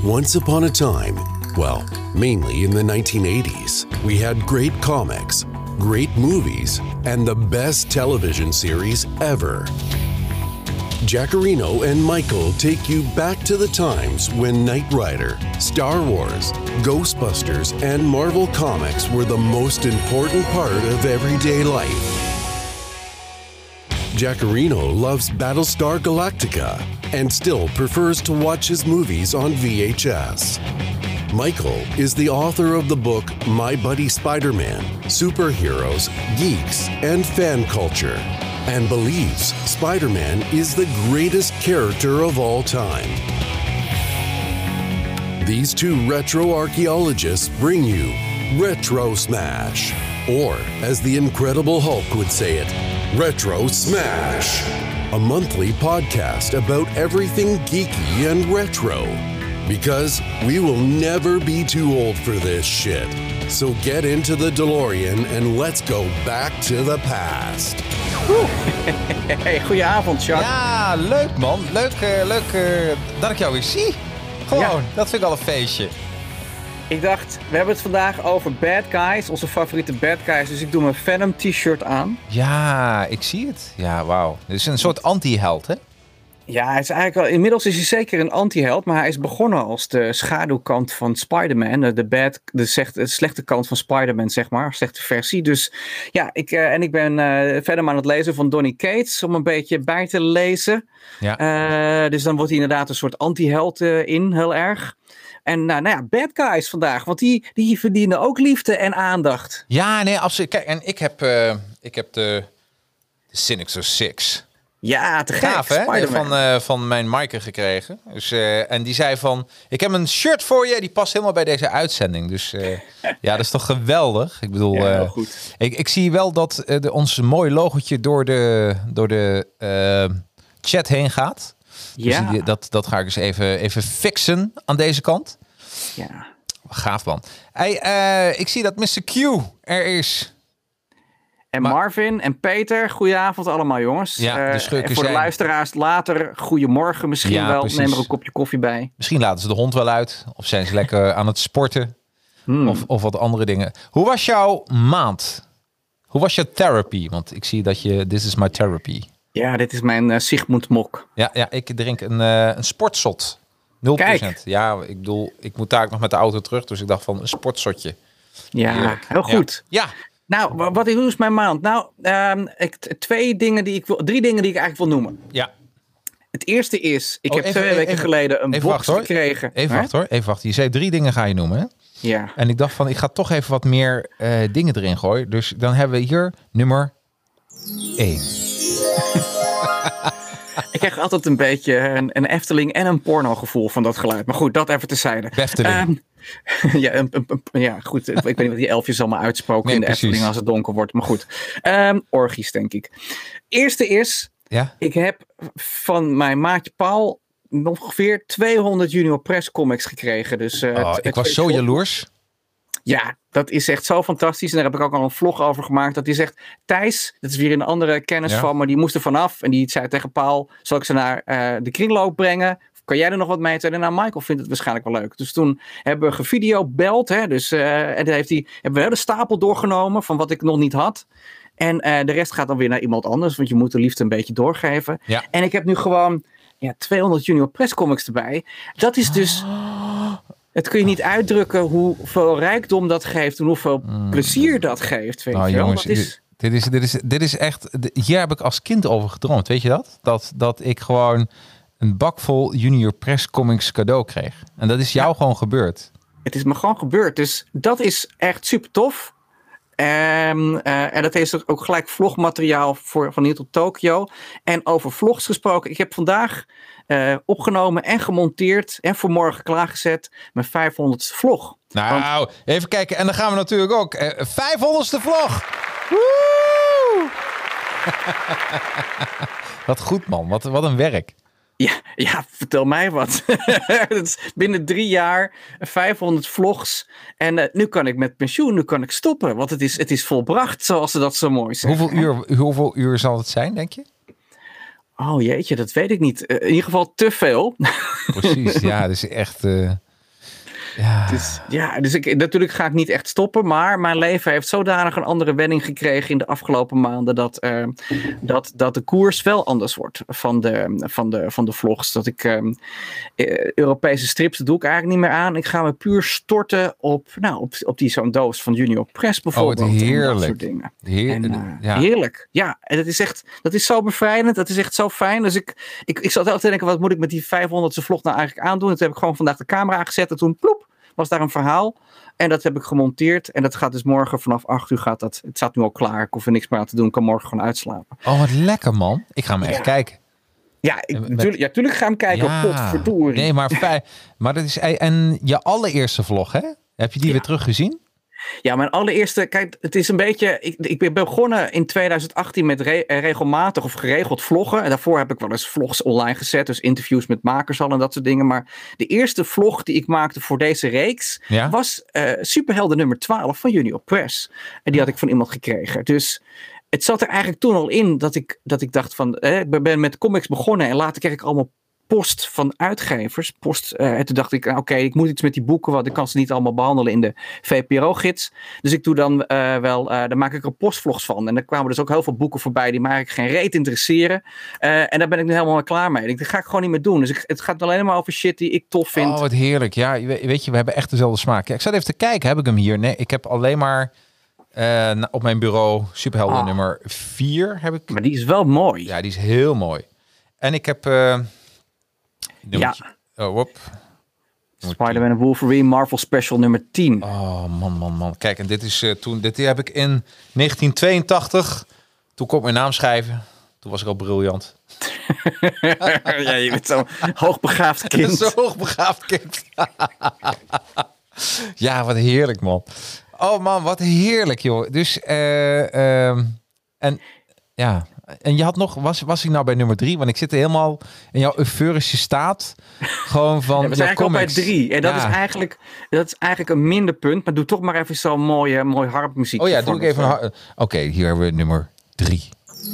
Once upon a time, well, mainly in the 1980s, we had great comics, great movies, and the best television series ever. Jackarino and Michael take you back to the times when Knight Rider, Star Wars, Ghostbusters, and Marvel Comics were the most important part of everyday life. Jackarino loves Battlestar Galactica and still prefers to watch his movies on VHS. Michael is the author of the book My Buddy Spider-Man, Superheroes, Geeks, and Fan Culture, and believes Spider-Man is the greatest character of all time. These two retro archaeologists bring you Retro Smash, or as the Incredible Hulk would say it, Retro Smash, a monthly podcast about everything geeky and retro. Because we will never be too old for this shit. So get into the DeLorean and let's go back to the past. Hey, goedenavond, Jacques. Ja, leuk man. Leuk dat ik jou weer zie. Gewoon, Ja. Dat vind ik al een feestje. Ik dacht, we hebben het vandaag over bad guys, onze favoriete bad guys. Dus ik doe mijn Venom t-shirt aan. Ja, ik zie het. Ja, wauw. Het is een soort anti-held, hè? Ja, hij is eigenlijk wel, inmiddels is hij zeker een anti-held, maar hij is begonnen als de schaduwkant van Spider-Man. De slechte kant van Spider-Man, zeg maar. Slechte versie. Dus ja, ik ben verder aan het lezen van Donny Cates om een beetje bij te lezen. Ja. Dus dan wordt hij inderdaad een soort anti-held heel erg. En nou ja, bad guys vandaag, want die verdienen ook liefde en aandacht. Ja, nee, absoluut. Kijk, en ik heb de Sinister Six. Ja, te gek. Gaaf, hè? Van mijn Maaike gekregen. Dus, en die zei van, ik heb een shirt voor je. Die past helemaal bij deze uitzending. Dus ja, dat is toch geweldig. Ik bedoel, ja, goed. Ik zie wel dat ons mooi logotje door de chat heen gaat. Ja. Dus dat ga ik eens even fixen aan deze kant. Ja. Gaaf man. Hey, ik zie dat Mr. Q er is. En Marvin en Peter, goedenavond allemaal jongens. Ja, de schurken en voor de zijn- luisteraars later, goedemorgen misschien Ja, wel. precies. Neem er een kopje koffie bij. Misschien laten ze de hond wel uit. Of zijn ze lekker aan het sporten. Of wat andere dingen. Hoe was jouw maand? Hoe was je therapy? Want ik zie dat je... This is my therapy. Ja, dit is mijn Sigmund Mok. Ja, ik drink een sportsot. 0%. Kijk. Ja, ik bedoel, ik moet daar nog met de auto terug. Dus ik dacht van een sportsotje. Ja, Heerlijk. heel goed. Ja. Nou, hoe is mijn maand? Nou, drie dingen die ik eigenlijk wil noemen. Ja. Het eerste is, ik heb even- 2 weken even- geleden een even box wachten, hoor. gekregen. Even Hè? wachten hoor. Even wachten. Je zei 3 dingen ga je noemen, hè? Ja. En ik dacht van, ik ga toch even wat meer dingen erin gooien. Dus dan hebben we hier nummer 1. Ik krijg altijd een beetje een Efteling en een porno gevoel van dat geluid. Maar goed, dat even terzijde. Efteling. Ja, goed. Ik weet niet wat die elfjes allemaal uitspoken Nee, in de precies. Efteling als het donker wordt. Maar goed. Orgies, denk ik. Eerste is, Ja? ik heb van mijn maatje Paul ongeveer 200 Junior Press comics gekregen. Dus, Ik was zo jaloers. Ja, dat is echt zo fantastisch. En daar heb ik ook al een vlog over gemaakt. Dat is echt Thijs, dat is weer een andere kennis Ja. van, maar die moest er vanaf. En die zei tegen Paul, zal ik ze naar de kringloop brengen? Kan jij er nog wat mee? En nou, Michael vindt het waarschijnlijk wel leuk. Dus toen hebben we gevideobeld. Dus, en dan hebben we een hele stapel doorgenomen van wat ik nog niet had. En de rest gaat dan weer naar iemand anders. Want je moet de liefde een beetje doorgeven. Ja. En ik heb nu gewoon 200 Junior Press comics erbij. Dat is dus... Het kun je niet uitdrukken hoeveel rijkdom dat geeft en hoeveel plezier dat geeft. Weet Nou je wel? jongens, Dat is... dit is echt... Hier heb ik als kind over gedroomd. Weet je dat? Dat ik gewoon een bak vol Junior Press comics cadeau kreeg. En dat is jou gewoon gebeurd. Het is me gewoon gebeurd. Dus dat is echt super tof. En dat is ook gelijk vlogmateriaal van hier tot Tokio. En over vlogs gesproken. Ik heb vandaag opgenomen en gemonteerd en voor morgen klaargezet mijn 500ste vlog. Nou, even kijken. En dan gaan we natuurlijk ook 500ste vlog. Woe! Wat goed man. Wat een werk. Ja, vertel mij wat. Het is binnen 3 jaar 500 vlogs. En nu kan ik met pensioen, nu kan ik stoppen. Want het is volbracht, zoals ze dat zo mooi zeggen. Hoeveel uur zal het zijn, denk je? Oh jeetje, dat weet ik niet. In ieder geval te veel. Precies, ja, dat is echt... Dus natuurlijk ga ik niet echt stoppen. Maar mijn leven heeft zodanig een andere wending gekregen in de afgelopen maanden. Dat de koers wel anders wordt van de vlogs. Dat ik Europese strips, dat doe ik eigenlijk niet meer aan. Ik ga me puur storten op die zo'n doos van Junior Press bijvoorbeeld. Oh, heerlijk. En dat soort dingen. Heerlijk. Ja, en dat is zo bevrijdend. Dat is echt zo fijn. Dus ik zat altijd te denken, wat moet ik met die 500ste vlog nou eigenlijk aandoen? En toen heb ik gewoon vandaag de camera aangezet en toen ploep, was daar een verhaal. En dat heb ik gemonteerd. En dat gaat dus morgen vanaf 8 uur gaat dat. Het staat nu al klaar. Ik hoef er niks meer aan te doen. Ik kan morgen gewoon uitslapen. Oh, wat lekker, man. Ik ga hem echt kijken. Ja, tuurlijk ga ik hem kijken. Ja, potverdorie. Nee, maar dat is... En je allereerste vlog, hè? Heb je die weer teruggezien? Ja, mijn allereerste... Kijk, het is een beetje... Ik ben begonnen in 2018 met regelmatig of geregeld vloggen. En daarvoor heb ik wel eens vlogs online gezet. Dus interviews met makers al en dat soort dingen. Maar de eerste vlog die ik maakte voor deze reeks... was Superhelden nummer 12 van Junior Press. En die had ik van iemand gekregen. Dus... Het zat er eigenlijk toen al in dat ik dacht van... ik ben met comics begonnen en later kreeg ik allemaal post van uitgevers. En toen dacht ik, oké, ik moet iets met die boeken... want ik kan ze niet allemaal behandelen in de VPRO-gids. Dus ik doe dan daar maak ik er postvlogs van. En er kwamen dus ook heel veel boeken voorbij... die me eigenlijk geen reet interesseren. En daar ben ik nu helemaal klaar mee. Dat ga ik gewoon niet meer doen. Dus het gaat alleen maar over shit die ik tof vind. Oh, wat heerlijk. Ja, weet je, we hebben echt dezelfde smaak. Ja, ik zat even te kijken, heb ik hem hier? Nee, ik heb alleen maar... op mijn bureau Superhelden nummer 4 heb ik. Maar die is wel mooi. Ja, die is heel mooi. En ik heb... Spider-Man en Wolverine Marvel Special nummer 10. Oh, man. Kijk, en dit is dit heb ik in 1982. Toen kon ik mijn naam schrijven. Toen was ik al briljant. Ja, je bent zo'n hoogbegaafd kind. Zo'n hoogbegaafd kind. Ja, wat heerlijk, man. Oh man, wat heerlijk, joh. Dus, en je had nog, was hij nou bij nummer 3? Want ik zit er helemaal in jouw euforische staat. Gewoon van, we zijn eigenlijk al bij 3. En dat is eigenlijk een minder punt. Maar doe toch maar even zo'n mooi harpmuziek. Oh ja, doe ik even. Oké, hier hebben we nummer 3.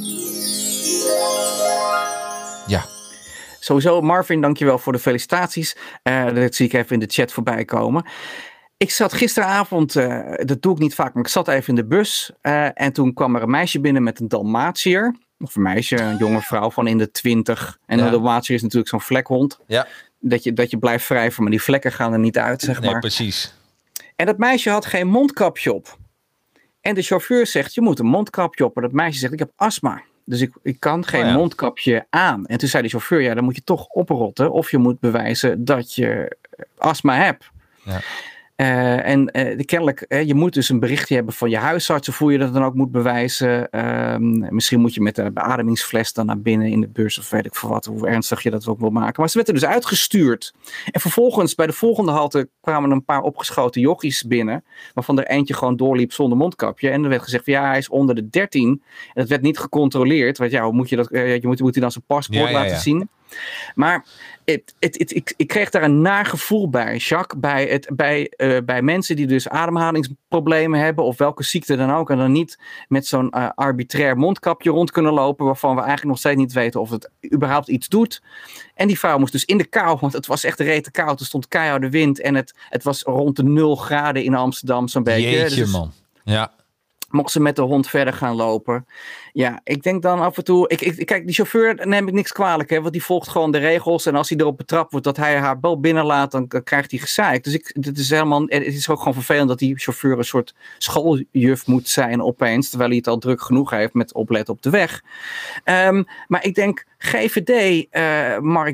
Ja. Sowieso, Marvin, dankjewel voor de felicitaties. Dat zie ik even in de chat voorbij komen. Ik zat gisteravond, dat doe ik niet vaak, maar ik zat even in de bus. En toen kwam er een meisje binnen met een Dalmatiër. Of een meisje, een jonge vrouw van in de 20. En een Dalmatiër is natuurlijk zo'n vlekhond. Ja. Dat je blijft wrijven, maar die vlekken gaan er niet uit, zeg maar. Nee, precies. En dat meisje had geen mondkapje op. En de chauffeur zegt, je moet een mondkapje op. En dat meisje zegt, ik heb astma. Dus ik kan geen mondkapje aan. En toen zei de chauffeur, ja, dan moet je toch oprotten. Of je moet bewijzen dat je astma hebt. Ja. Kennelijk, je moet dus een berichtje hebben van je huisarts, of hoe je dat dan ook moet bewijzen. Misschien moet je met de beademingsfles dan naar binnen in de bus, of weet ik veel wat, hoe ernstig je dat ook wil maken. Maar ze werd er dus uitgestuurd. En vervolgens, bij de volgende halte, kwamen een paar opgeschoten jochies binnen, waarvan er eentje gewoon doorliep zonder mondkapje. En er werd gezegd van, ja, hij is onder de 13. En dat werd niet gecontroleerd. Want ja, hoe moet je dat? Moet hij dan zijn paspoort laten zien? Maar ik kreeg daar een naar gevoel bij, Jacques. Bij mensen die dus ademhalingsproblemen hebben, of welke ziekte dan ook, en dan niet met zo'n arbitrair mondkapje rond kunnen lopen, waarvan we eigenlijk nog steeds niet weten of het überhaupt iets doet. En die vrouw moest dus in de kou, want het was echt rete koud. Er stond keiharde wind en het was rond de 0 graden in Amsterdam zo'n beetje. Jeetje, dus, man. Ja. Mocht ze met de hond verder gaan lopen. Ja, ik denk dan af en toe... Kijk, die chauffeur neem ik niks kwalijk. Hè, want die volgt gewoon de regels. En als hij erop betrapt wordt dat hij haar wel binnenlaat, dan krijgt hij gezeik. Dus het is ook gewoon vervelend dat die chauffeur een soort schooljuf moet zijn opeens. Terwijl hij het al druk genoeg heeft met opletten op de weg. Maar ik denk, GVD, Mark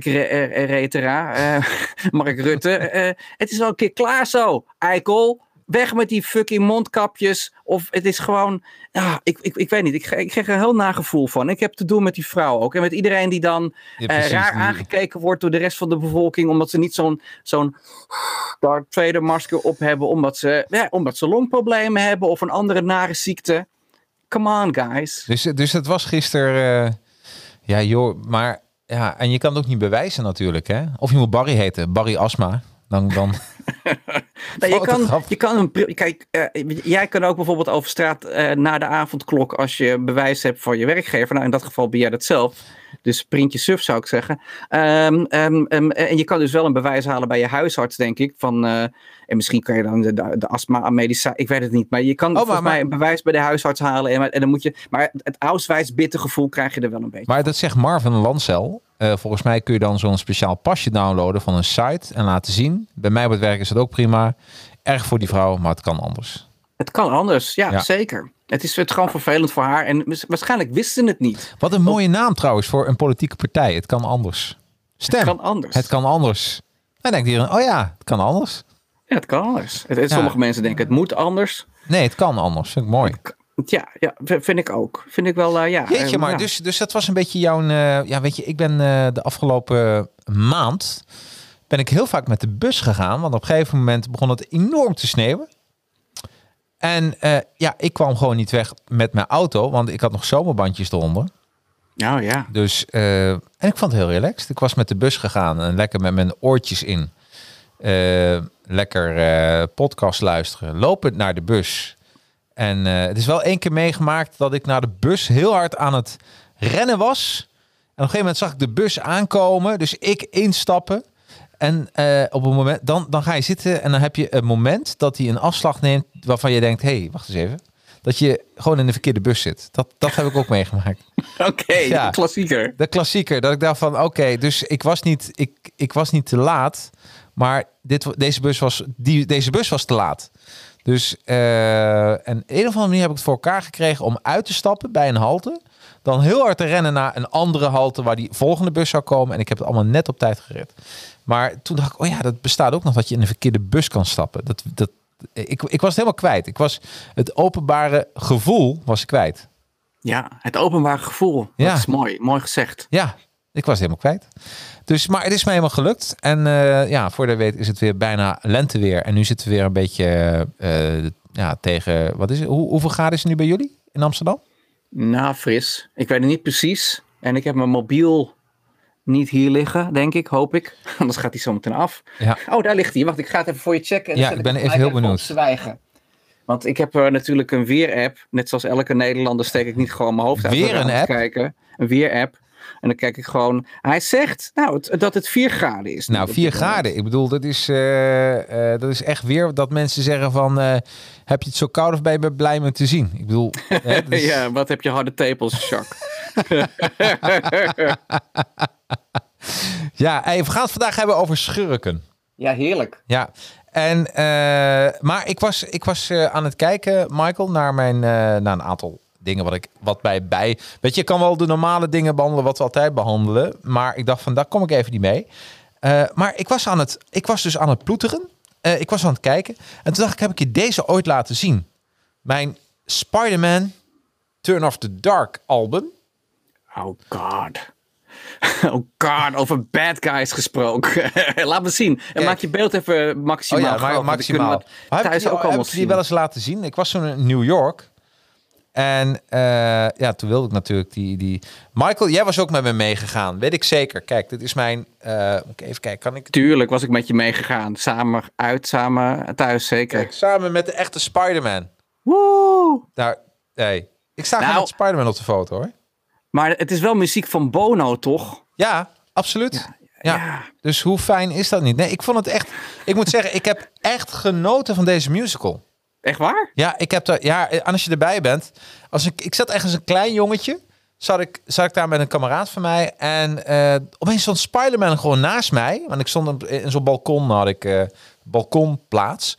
Rutte. Het is wel een keer klaar zo, eikel. Weg met die fucking mondkapjes. Of het is gewoon... Ik weet niet. Ik kreeg er een heel nagevoel van. Ik heb te doen met die vrouw ook. En met iedereen die dan raar aangekeken wordt door de rest van de bevolking. Omdat ze niet zo'n Darth Vader masker op hebben. Omdat ze longproblemen hebben. Of een andere nare ziekte. Come on, guys. Dus het was gisteren... ja, joh. Maar... Ja, en je kan het ook niet bewijzen natuurlijk, hè? Of je moet Barry heten. Barry Astma. Dan... Nou, jij kan ook bijvoorbeeld over straat na de avondklok als je bewijs hebt van je werkgever. Nou, in dat geval ben jij dat zelf. Dus printje suf zou ik zeggen. En je kan dus wel een bewijs halen bij je huisarts, denk ik. En misschien kan je dan de astma-medicijn, ik weet het niet. Maar je kan volgens mij een bewijs bij de huisarts halen. En dan moet je, maar het Ausweis-bitter gevoel krijg je er wel een beetje. Maar dat zegt Marvin Lancel. Volgens mij kun je dan zo'n speciaal pasje downloaden van een site en laten zien. Bij mij op het werk is dat ook prima. Erg voor die vrouw, maar het kan anders. Het kan anders, ja. Zeker. Het is gewoon vervelend voor haar. En waarschijnlijk wisten ze het niet. Wat een mooie naam trouwens voor een politieke partij. Het kan anders. Stem. Het kan anders. Het kan anders. Dan denkt iedereen, oh ja, het kan anders. Ja, het kan anders. Sommige mensen denken, het moet anders. Nee, het kan anders. Vind ik mooi. Ja, vind ik ook. Vind ik wel, Jeetje, maar dus dat was een beetje jouw... weet je, ik ben de afgelopen maand... ben ik heel vaak met de bus gegaan. Want op een gegeven moment begon het enorm te sneeuwen. En ik kwam gewoon niet weg met mijn auto. Want ik had nog zomerbandjes eronder. Oh ja. Dus, en ik vond het heel relaxed. Ik was met de bus gegaan en lekker met mijn oortjes in. Lekker podcast luisteren. Lopend naar de bus. En het is wel 1 keer meegemaakt dat ik naar de bus heel hard aan het rennen was. En op een gegeven moment zag ik de bus aankomen. Dus ik instappen. En op een moment, dan ga je zitten en dan heb je een moment dat hij een afslag neemt waarvan je denkt, hé, wacht eens even. Dat je gewoon in de verkeerde bus zit. Dat heb ik ook meegemaakt. Oké, de klassieker. De klassieker. Dat ik dacht van, oké, dus ik was niet te laat. Maar deze bus was te laat. Dus en een of andere manier heb ik het voor elkaar gekregen om uit te stappen bij een halte. Dan heel hard te rennen naar een andere halte waar die volgende bus zou komen. En ik heb het allemaal net op tijd gered. Maar toen dacht ik, oh ja, dat bestaat ook nog dat je in een verkeerde bus kan stappen. Ik was het helemaal kwijt. Het openbare gevoel was kwijt. Ja, het openbare gevoel. Ja. Dat is mooi. Mooi gezegd. Ja, ik was het helemaal kwijt. Dus, maar het is mij helemaal gelukt. En voor de weet is het weer bijna lenteweer. En nu zitten we weer een beetje tegen... Wat is het? Hoeveel graden is het nu bij jullie in Amsterdam? Nou, fris. Ik weet het niet precies. En ik heb mijn mobiel niet hier liggen, denk ik, hoop ik. Anders gaat hij zo meteen af. Ja. Oh, daar ligt hij. Wacht, ik ga het even voor je checken. En ik ben even heel benieuwd. Zwijgen. Want ik heb natuurlijk een weerapp. Net zoals elke Nederlander steek ik niet gewoon mijn hoofd uit. Weer een app? Kijken. Een weerapp. En dan kijk ik gewoon... Hij zegt dat het 4 graden is. Nou, 4 graden. Ik bedoel, dat is echt weer dat mensen zeggen van... heb je het zo koud of ben je blij me te zien? Ik bedoel... Ja, wat heb je harde tepels, Jacques. Ja, we gaan het vandaag hebben over schurken. Ja, heerlijk. Ja, maar ik was aan het kijken, Michael, naar een aantal dingen wat bij. Weet je, kan wel de normale dingen behandelen wat we altijd behandelen. Maar ik dacht van, daar kom ik even niet mee. Maar ik was dus aan het ploeteren. Ik was aan het kijken. En toen dacht ik, heb ik je deze ooit laten zien? Mijn Spider-Man Turn of the Dark album. Oh god. Oh god, over bad guys gesproken. Laat me zien. En maak je beeld even maximaal. Oh ja, maximaal. Thuis ook allemaal zien. Die wel eens laten zien. Ik was toen in New York. En toen wilde ik natuurlijk die... Michael, jij was ook met me meegegaan. Weet ik zeker. Kijk, dit is mijn... Moet ik even kijken, kan ik... Tuurlijk was ik met je meegegaan. Samen uit, samen thuis, zeker. Kijk, samen met de echte Spider-Man. Woe! Ik sta gewoon met Spider-Man op de foto, hoor. Maar het is wel muziek van Bono, toch? Ja, absoluut. Ja. Dus hoe fijn is dat niet? Nee, ik vond het echt... Ik moet zeggen, ik heb echt genoten van deze musical. Echt waar? Ja, ik heb als je erbij bent... Ik zat echt als een klein jongetje... Zat ik daar met een kameraad van mij... En opeens stond Spider-Man gewoon naast mij. Want ik stond in zo'n balkon... had ik balkonplaats.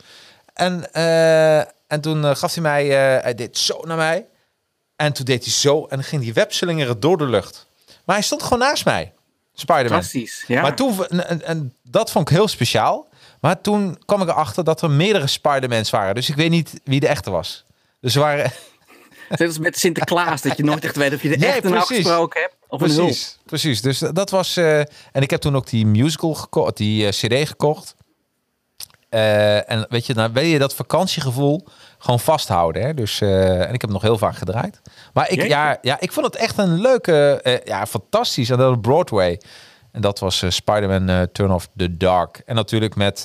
En toen gaf hij mij... hij deed zo naar mij... En toen deed hij zo en dan ging die webslingeren door de lucht. Maar hij stond gewoon naast mij, Spider-Man. Fantastisch, ja. Maar toen, en dat vond ik heel speciaal. Maar toen kwam ik erachter dat er meerdere Spider-Mans waren. Dus ik weet niet wie de echte was. Dus ze waren... Net als met Sinterklaas, dat je nooit echt weet of je de echte nou gesproken hebt. Of een hulp. Precies. Dus dat was... en ik heb toen ook die musical gekocht, die cd gekocht. En weet je, dan wil je dat vakantiegevoel gewoon vasthouden. Hè? Dus, en ik heb het nog heel vaak gedraaid. Maar ik vond het echt een leuke, fantastisch. En dat op Broadway. En dat was Spider-Man Turn of the Dark. En natuurlijk met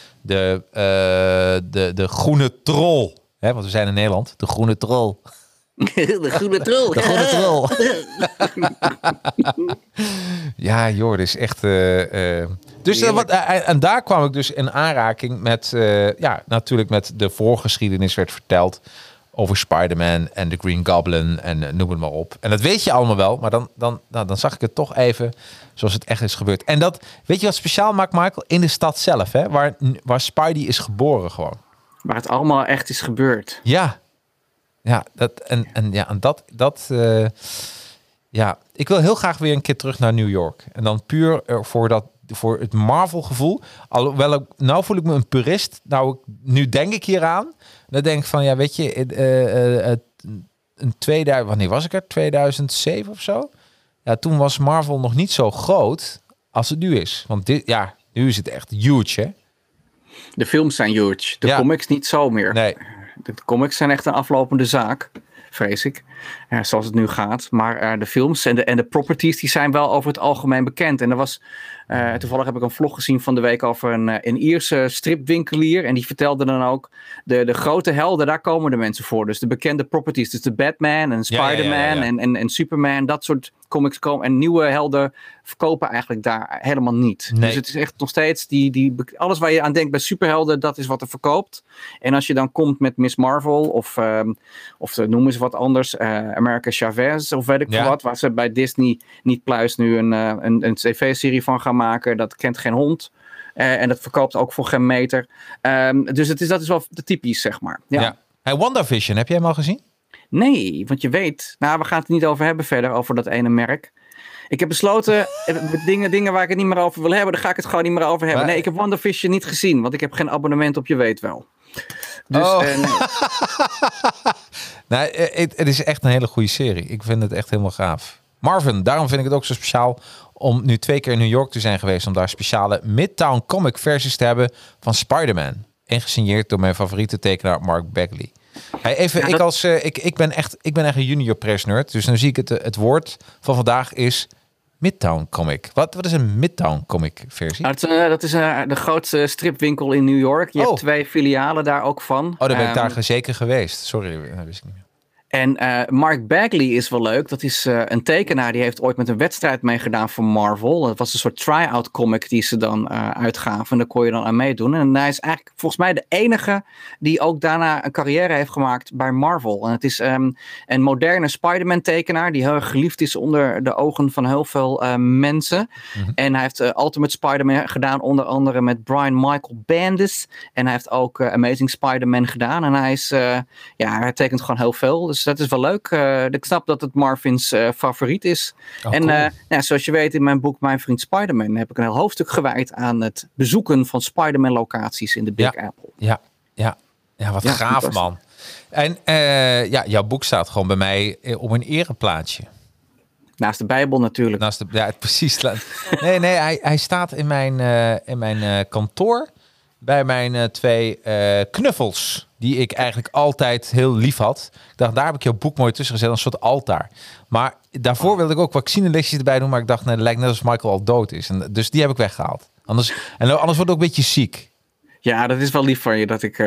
de groene troll. Hè? Want we zijn in Nederland. De groene troll. De groene troll. De groene troll. Ja, joh, dat is echt... Dus en daar kwam ik dus in aanraking met... natuurlijk met de voorgeschiedenis werd verteld... over Spider-Man en de Green Goblin en noem het maar op. En dat weet je allemaal wel, maar dan zag ik het toch even zoals het echt is gebeurd. En dat, weet je wat speciaal maakt, Michael? In de stad zelf, hè? Waar Spidey is geboren gewoon. Waar het allemaal echt is gebeurd. Ja. Ja, ik wil heel graag weer een keer terug naar New York. En dan puur voor het Marvel gevoel. Alhoewel, nou voel ik me een purist. Nu denk ik hieraan. Dan denk ik van, ja, weet je, in 2000, wanneer was ik er? 2007 of zo? Ja, toen was Marvel nog niet zo groot als het nu is. Want nu is het echt huge, hè? De films zijn huge. De comics niet zo meer. Nee. De comics zijn echt een aflopende zaak, vrees ik. Zoals het nu gaat. Maar de films en de properties die zijn wel over het algemeen bekend. En er was... toevallig heb ik een vlog gezien van de week over een Ierse stripwinkelier. En die vertelde dan ook de grote helden, daar komen de mensen voor. Dus de bekende properties. Dus de Batman en Spider-Man en Superman. Dat soort comics komen. En nieuwe helden verkopen eigenlijk daar helemaal niet. Nee. Dus het is echt nog steeds alles waar je aan denkt bij superhelden, dat is wat er verkoopt. En als je dan komt met Miss Marvel of noemen ze wat anders. America Chavez of weet ik veel wat. Waar ze bij Disney niet pluis nu een tv-serie van gaan maken. Dat kent geen hond. En dat verkoopt ook voor geen meter. Dus dat is wel de typisch, zeg maar. Ja. Hey, WandaVision, heb jij hem al gezien? Nee, want je weet... Nou, we gaan het er niet over hebben verder, over dat ene merk. Ik heb besloten, dingen waar ik het niet meer over wil hebben, daar ga ik het gewoon niet meer over hebben. Nee, ik heb WandaVision niet gezien, want ik heb geen abonnement op Je Weet Wel. Dus, nee, het is echt een hele goede serie. Ik vind het echt helemaal gaaf. Marvin, daarom vind ik het ook zo speciaal om nu 2 keer in New York te zijn geweest, om daar speciale Midtown comic versies te hebben van Spider-Man. En gesigneerd door mijn favoriete tekenaar Mark Bagley. Hey, ik ben echt een junior press nerd, dus dan zie ik het woord van vandaag is Midtown comic. Wat is een Midtown comic versie? Dat is de grootste stripwinkel in New York. Je hebt 2 filialen daar ook van. Oh, dan ben ik daar zeker geweest. Sorry, dat wist ik niet meer. En Mark Bagley is wel leuk. Dat is een tekenaar die heeft ooit met een wedstrijd meegedaan voor Marvel. Dat was een soort try-out comic die ze dan uitgaven. En daar kon je dan aan meedoen. En hij is eigenlijk volgens mij de enige die ook daarna een carrière heeft gemaakt bij Marvel. En het is een moderne Spider-Man tekenaar die heel erg geliefd is onder de ogen van heel veel mensen. Mm-hmm. En hij heeft Ultimate Spider-Man gedaan onder andere met Brian Michael Bendis. En hij heeft ook Amazing Spider-Man gedaan. En hij is, hij tekent gewoon heel veel. Dus dat is wel leuk. Ik snap dat het Marvin's favoriet is. Oh, en cool. Zoals je weet in mijn boek Mijn Vriend Spider-Man heb ik een heel hoofdstuk gewijd aan het bezoeken van Spider-Man locaties in de Big Apple. Ja, wat gaaf man. En jouw boek staat gewoon bij mij op een ereplaatsje. Naast de Bijbel natuurlijk. Precies. Nee, hij staat in mijn kantoor bij mijn 2 knuffels. Die ik eigenlijk altijd heel lief had. Ik dacht, daar heb ik jouw boek mooi tussen gezet. Een soort altaar. Maar daarvoor wilde ik ook vaccinelesjes erbij doen. Maar ik dacht, nee, het lijkt net alsof Michael al dood is. En dus die heb ik weggehaald. Anders wordt ik ook een beetje ziek. Ja, dat is wel lief van je dat ik,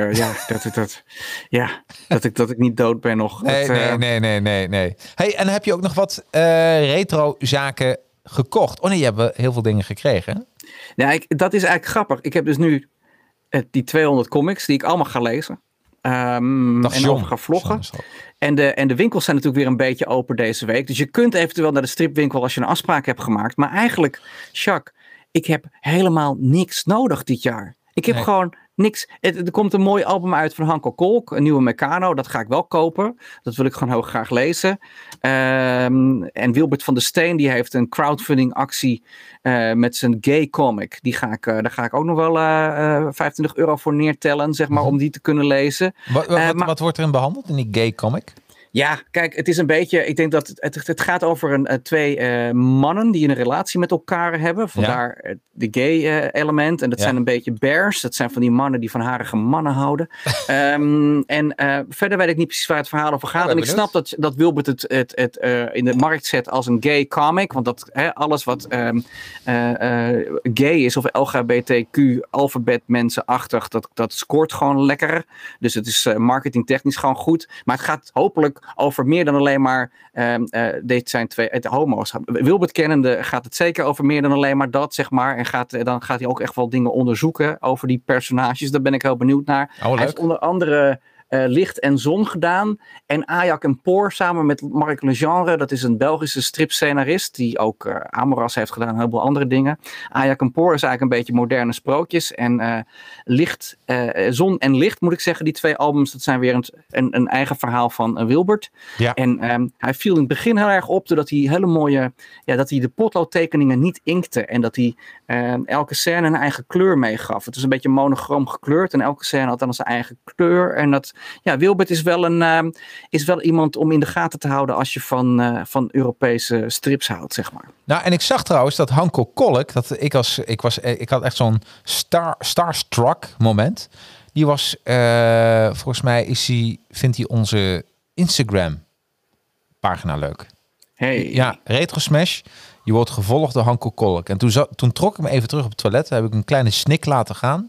dat ik niet dood ben nog. Nee. Hey, en heb je ook nog wat retro zaken gekocht? Oh nee, je hebt heel veel dingen gekregen. Ja, dat is eigenlijk grappig. Ik heb dus nu die 200 comics die ik allemaal ga lezen. En over ga vloggen. En de winkels zijn natuurlijk weer een beetje open deze week. Dus je kunt eventueel naar de stripwinkel als je een afspraak hebt gemaakt. Maar eigenlijk, Jacques, ik heb helemaal niks nodig dit jaar. Ik heb gewoon niks. Er komt een mooi album uit van Hanko Kolk. Een nieuwe Meccano. Dat ga ik wel kopen. Dat wil ik gewoon heel graag lezen. En Wilbert van der Steen die heeft een crowdfunding actie met zijn gay comic. Daar ga ik ook nog wel €25 voor neertellen, zeg maar, om die te kunnen lezen. Wat wordt erin behandeld in die gay comic? Ja, kijk, het is een beetje... Ik denk dat het gaat over 2 mannen die een relatie met elkaar hebben. Vandaar de gay element. En dat zijn een beetje bears. Dat zijn van die mannen die van harige mannen houden. Verder weet ik niet precies waar het verhaal over gaat. En ik snap dat Wilbert het in de markt zet als een gay comic. Want dat alles wat gay is of LGBTQ alfabet mensenachtig, dat scoort gewoon lekker. Dus het is marketingtechnisch gewoon goed. Maar het gaat hopelijk ook over meer dan alleen maar dit zijn twee homo's. Wilbert kennende gaat het zeker over meer dan alleen maar dat, zeg maar. En dan gaat hij ook echt wel dingen onderzoeken over die personages. Daar ben ik heel benieuwd naar. Hij heeft onder andere Licht en Zon gedaan. En Ajak en Poor samen met Marc Legendre. Dat is een Belgische stripscenarist die ook Amoras heeft gedaan en heel veel andere dingen. Ajak en Poor is eigenlijk een beetje moderne sprookjes. En Zon en Licht, moet ik zeggen, die 2 albums, dat zijn weer een eigen verhaal van Wilbert. Ja. En hij viel in het begin heel erg op doordat hij hele mooie, dat hij de potloodtekeningen niet inkte. En dat hij elke scène een eigen kleur meegaf. Het is een beetje monochroom gekleurd en elke scène had dan zijn eigen kleur. En dat, Wilbert is wel iemand om in de gaten te houden als je van Europese strips houdt, zeg maar. Nou, en ik zag trouwens dat Hanko Kolk, ik had echt zo'n starstruck moment. Die was, volgens mij vindt hij onze Instagram pagina leuk. Hey. Ja, Retro Smash. Je wordt gevolgd door Hanko Kolk. En toen trok ik me even terug op het toilet. Heb ik een kleine snik laten gaan.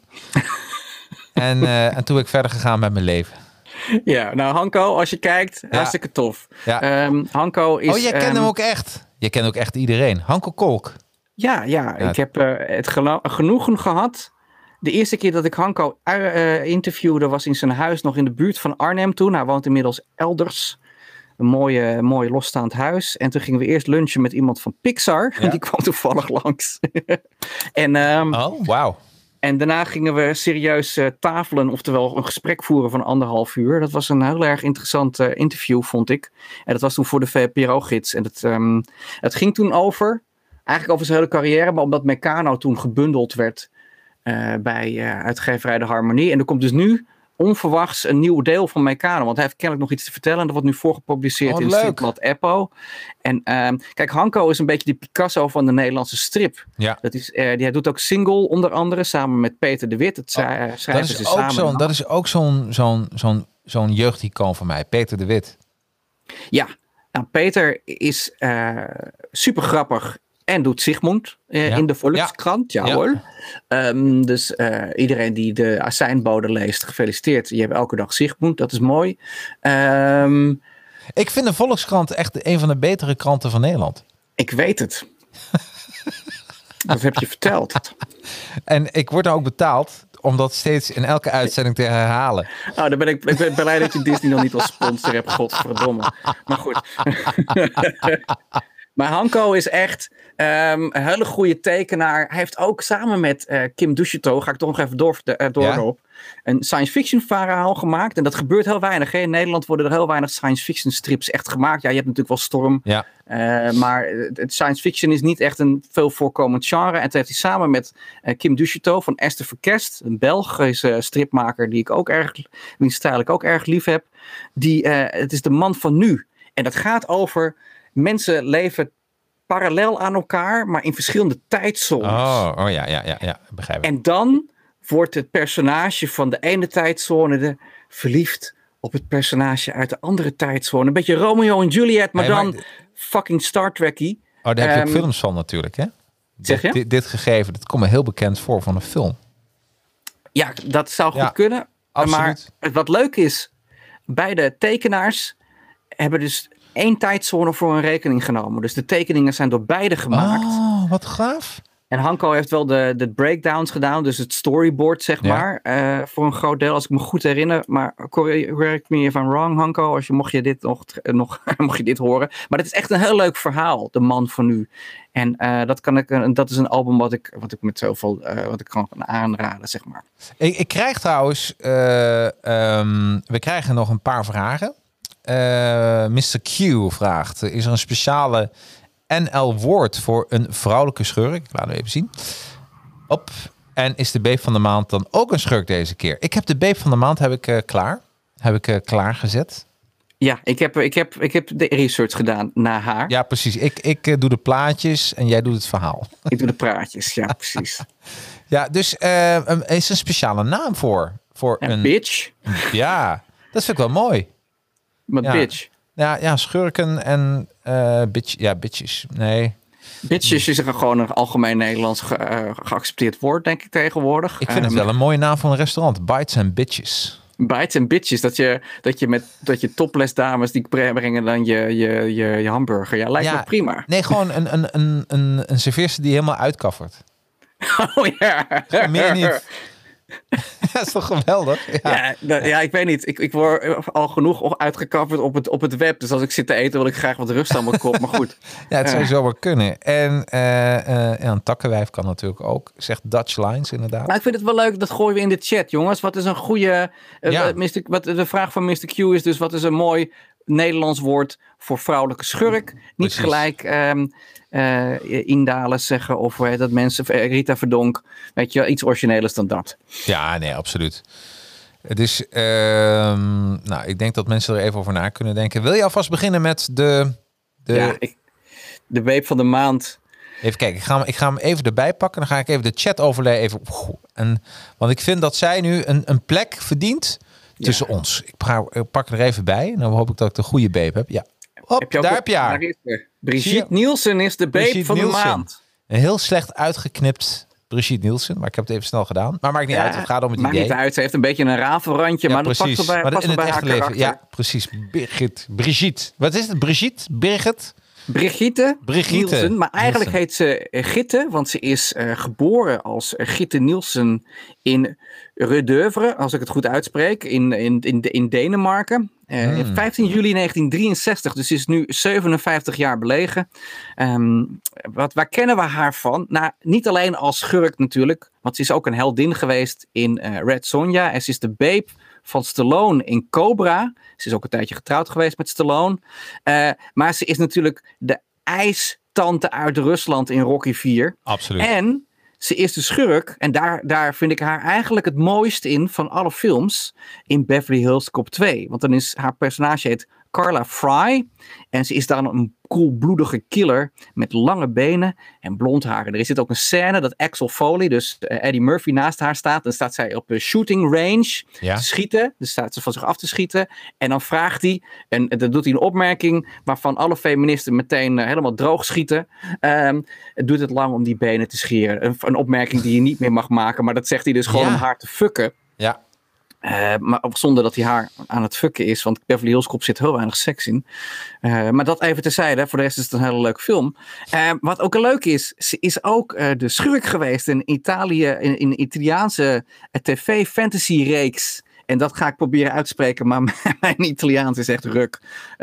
en toen ben ik verder gegaan met mijn leven. Ja, nou Hanko, als je kijkt, hartstikke tof. Ja. Hanko is... Oh, jij kent hem ook echt? Je kent ook echt iedereen. Hanko Kolk. Ja, ik heb het genoegen gehad. De eerste keer dat ik Hanko interviewde was in zijn huis nog in de buurt van Arnhem toen. Hij woont inmiddels elders. Een mooi losstaand huis. En toen gingen we eerst lunchen met iemand van Pixar. Ja. Die kwam toevallig langs. En, oh, wauw. En daarna gingen we serieus tafelen, oftewel een gesprek voeren van 1,5 uur. Dat was een heel erg interessant interview, vond ik. En dat was toen voor de VPRO-gids. En het ging toen eigenlijk over zijn hele carrière, maar omdat Meccano toen gebundeld werd bij uitgeverij De Harmonie. En er komt dus nu onverwachts een nieuw deel van Meccano. Want hij heeft kennelijk nog iets te vertellen. En dat wordt nu voorgepubliceerd in het stripblad Eppo. En kijk, Hanko is een beetje die Picasso van de Nederlandse strip. Ja. Die doet ook Single onder andere, samen met Peter de Wit. Schrijven ze samen. Dat is ook zo'n jeugdicoon van mij, Peter de Wit. Ja, nou, Peter is super grappig. En doet Sigmund in de Volkskrant. Ja hoor. Dus iedereen die de azijnbode leest, gefeliciteerd. Je hebt elke dag Sigmund, dat is mooi. Ik vind de Volkskrant echt een van de betere kranten van Nederland. Ik weet het. Dat heb je verteld. En ik word ook betaald om dat steeds in elke uitzending te herhalen. Oh, dan ben ik blij dat je Disney nog niet als sponsor hebt, godverdomme. Maar goed. Maar Hanko is echt een hele goede tekenaar. Hij heeft ook samen met Kim Duchateau, ga ik toch nog even door een science fiction verhaal gemaakt. En dat gebeurt heel weinig. Hè? In Nederland worden er heel weinig science fiction strips echt gemaakt. Ja, je hebt natuurlijk wel Storm. Ja. Maar het science fiction is niet echt een veel voorkomend genre. En toen heeft hij samen met Kim Duchateau van Esther Verkest, een Belgische stripmaker wiens stijl ik ook erg lief heb. Het is de man van nu. En dat gaat over... Mensen leven parallel aan elkaar, maar in verschillende tijdzones. Oh ja, begrijp ik. En dan wordt het personage van de ene tijdzone verliefd op het personage uit de andere tijdzone. Een beetje Romeo en Juliet, maar dan fucking Star Trekkie. Oh, daar heb je ook films van natuurlijk, hè? Zeg je? Dit gegeven, dat komt me heel bekend voor van een film. Ja, dat zou goed kunnen. Absoluut. Maar wat leuk is, beide tekenaars hebben dus 1 tijdzone voor een rekening genomen. Dus de tekeningen zijn door beide gemaakt. Oh, wat gaaf. En Hanko heeft wel de breakdowns gedaan. Dus het storyboard, zeg maar. Voor een groot deel, als ik me goed herinner. Maar correct me if I'm wrong, Hanko. Mocht je dit mocht je dit horen. Maar het is echt een heel leuk verhaal. De man van nu. En dat is een album wat ik met zoveel... wat ik kan aanraden, zeg maar. Ik krijg trouwens... we krijgen nog een paar vragen. Mr. Q vraagt, is er een speciale NL-woord voor een vrouwelijke schurk? Laten we even zien. En is de beep van de maand dan ook een schurk deze keer? Ik heb de beep van de maand klaargezet. Ja, ik heb de research gedaan naar haar. Ja, precies. Ik doe de plaatjes en jij doet het verhaal. Ik doe de praatjes, ja, precies. Ja, dus is een speciale naam voor een bitch. Ja, dat vind ik wel mooi. Maar bitch. Ja, schurken en bitches. Nee. Bitches is gewoon een algemeen Nederlands geaccepteerd woord, denk ik, tegenwoordig. Ik vind het wel een mooie naam van een restaurant. Bites and Bitches. Bites en bitches. Dat je topless dames die brengen dan je hamburger. Ja, lijkt me prima. Nee, gewoon een serveerster die helemaal uitkaffert. Oh ja. Meer niet. Dat is toch geweldig? Ja, ik weet niet. Ik word al genoeg uitgekafferd op het web. Dus als ik zit te eten wil ik graag wat rust aan mijn kop. Maar goed. Ja, het zou zo wel kunnen. En een takkenwijf kan natuurlijk ook. Zegt Dutch Lines inderdaad. Nou, ik vind het wel leuk. Dat gooien we in de chat, jongens. Wat is een goede... de vraag van Mr. Q is dus... Wat is een mooi Nederlands woord voor vrouwelijke schurk? Niet Precies. gelijk... Indales zeggen of dat mensen Rita Verdonk, weet je, iets origineels dan dat. Ja, nee, absoluut. Dus ik denk dat mensen er even over na kunnen denken. Wil je alvast beginnen met de weep van de maand? Even kijken, ik ga hem even erbij pakken. Dan ga ik even de chat overlay even. Want ik vind dat zij nu een plek verdient tussen ons. Ik pak er even bij. Dan hoop ik dat ik de goede beep heb. Ja. Daar heb je haar. Brigitte Nielsen is de beep van de maand. Een heel slecht uitgeknipt Brigitte Nielsen. Maar ik heb het even snel gedaan. Maar maakt niet uit. Het gaat om het idee. Maakt niet uit. Ze heeft een beetje een rafelrandje. Maar dat past wel bij haar karakter. Ja, precies. Brigitte. Wat is het? Brigitte Nielsen. Maar eigenlijk heet ze Gitte. Want ze is geboren als Gitte Nielsen in Redovre. Als ik het goed uitspreek. In Denemarken. 15 juli 1963, dus ze is nu 57 jaar belegen. Waar kennen we haar van? Nou, niet alleen als schurk natuurlijk, want ze is ook een heldin geweest in Red Sonja. En ze is de babe van Stallone in Cobra. Ze is ook een tijdje getrouwd geweest met Stallone. Maar ze is natuurlijk de ijstante uit Rusland in Rocky 4. Absoluut. En ze is de schurk, en daar vind ik haar eigenlijk het mooist in van alle films, in Beverly Hills Cop 2. Want dan is haar personage heet Carla Fry. En ze is dan een koelbloedige killer met lange benen en blond haar. En er zit ook een scène dat Axel Foley, dus Eddie Murphy, naast haar staat. Dan staat zij op de shooting range te schieten. Dus staat ze van zich af te schieten. En dan vraagt hij, en dan doet hij een opmerking waarvan alle feministen meteen helemaal droog schieten. Het duurt het lang om die benen te scheren. Een opmerking die je niet meer mag maken. Maar dat zegt hij dus gewoon om haar te fucken. Ja. Maar zonder dat hij haar aan het fucken is. Want Beverly Hills Cop zit heel weinig seks in. Maar dat even terzijde. Voor de rest is het een hele leuke film. Wat ook leuk is. Ze is ook de schurk geweest in Italië. In een Italiaanse tv fantasy reeks. En dat ga ik proberen uit te spreken. Maar mijn Italiaans is echt ruk.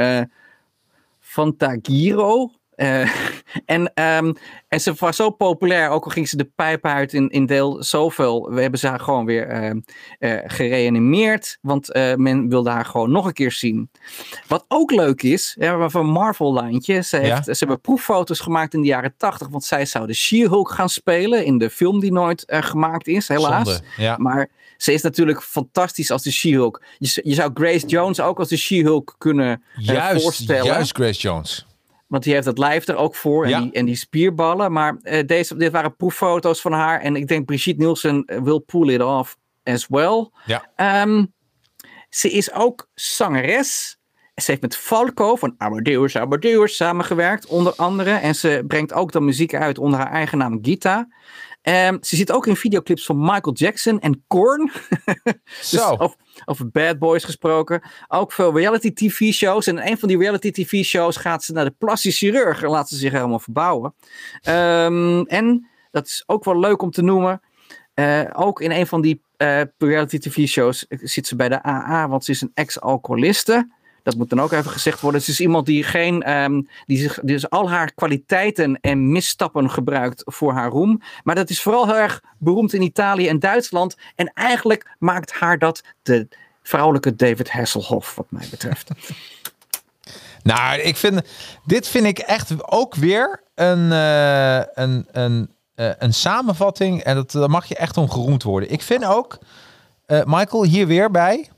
Fantagiro. En ze was zo populair, ook al ging ze de pijp uit in deel zoveel. We hebben ze haar gewoon weer gereanimeerd. Want men wilde haar gewoon nog een keer zien. Wat ook leuk is, we hebben van Marvel-lijntje. Ze hebben proeffoto's gemaakt in de jaren 80. Want zij zou de She-Hulk gaan spelen in de film die nooit gemaakt is, helaas. Zonde, ja. Maar ze is natuurlijk fantastisch als de She-Hulk. Je zou Grace Jones ook als de She-Hulk kunnen voorstellen. Juist Grace Jones. Want die heeft het lijf er ook voor en die spierballen. Maar dit waren proeffoto's van haar. En ik denk Brigitte Nielsen will pull it off as well. Ja. Ze is ook zangeres. Ze heeft met Falco van Amadeus samengewerkt, onder andere. En ze brengt ook dan muziek uit onder haar eigen naam Gita. Ze zit ook in videoclips van Michael Jackson en Korn. Dus over Bad Boys gesproken. Ook veel reality tv-shows. En in een van die reality tv-shows gaat ze naar de plastisch chirurg. En laat ze zich helemaal verbouwen. En dat is ook wel leuk om te noemen. Ook in een van die reality tv-shows zit ze bij de AA. Want ze is een ex-alcoholiste. Dat moet dan ook even gezegd worden. Ze is iemand die die dus al haar kwaliteiten en misstappen gebruikt voor haar roem. Maar dat is vooral heel erg beroemd in Italië en Duitsland. En eigenlijk maakt haar dat de vrouwelijke David Hasselhoff, wat mij betreft. Nou, dit vind ik echt ook weer een samenvatting. En daar mag je echt om geroemd worden. Ik vind ook, Michael, hier weer bij.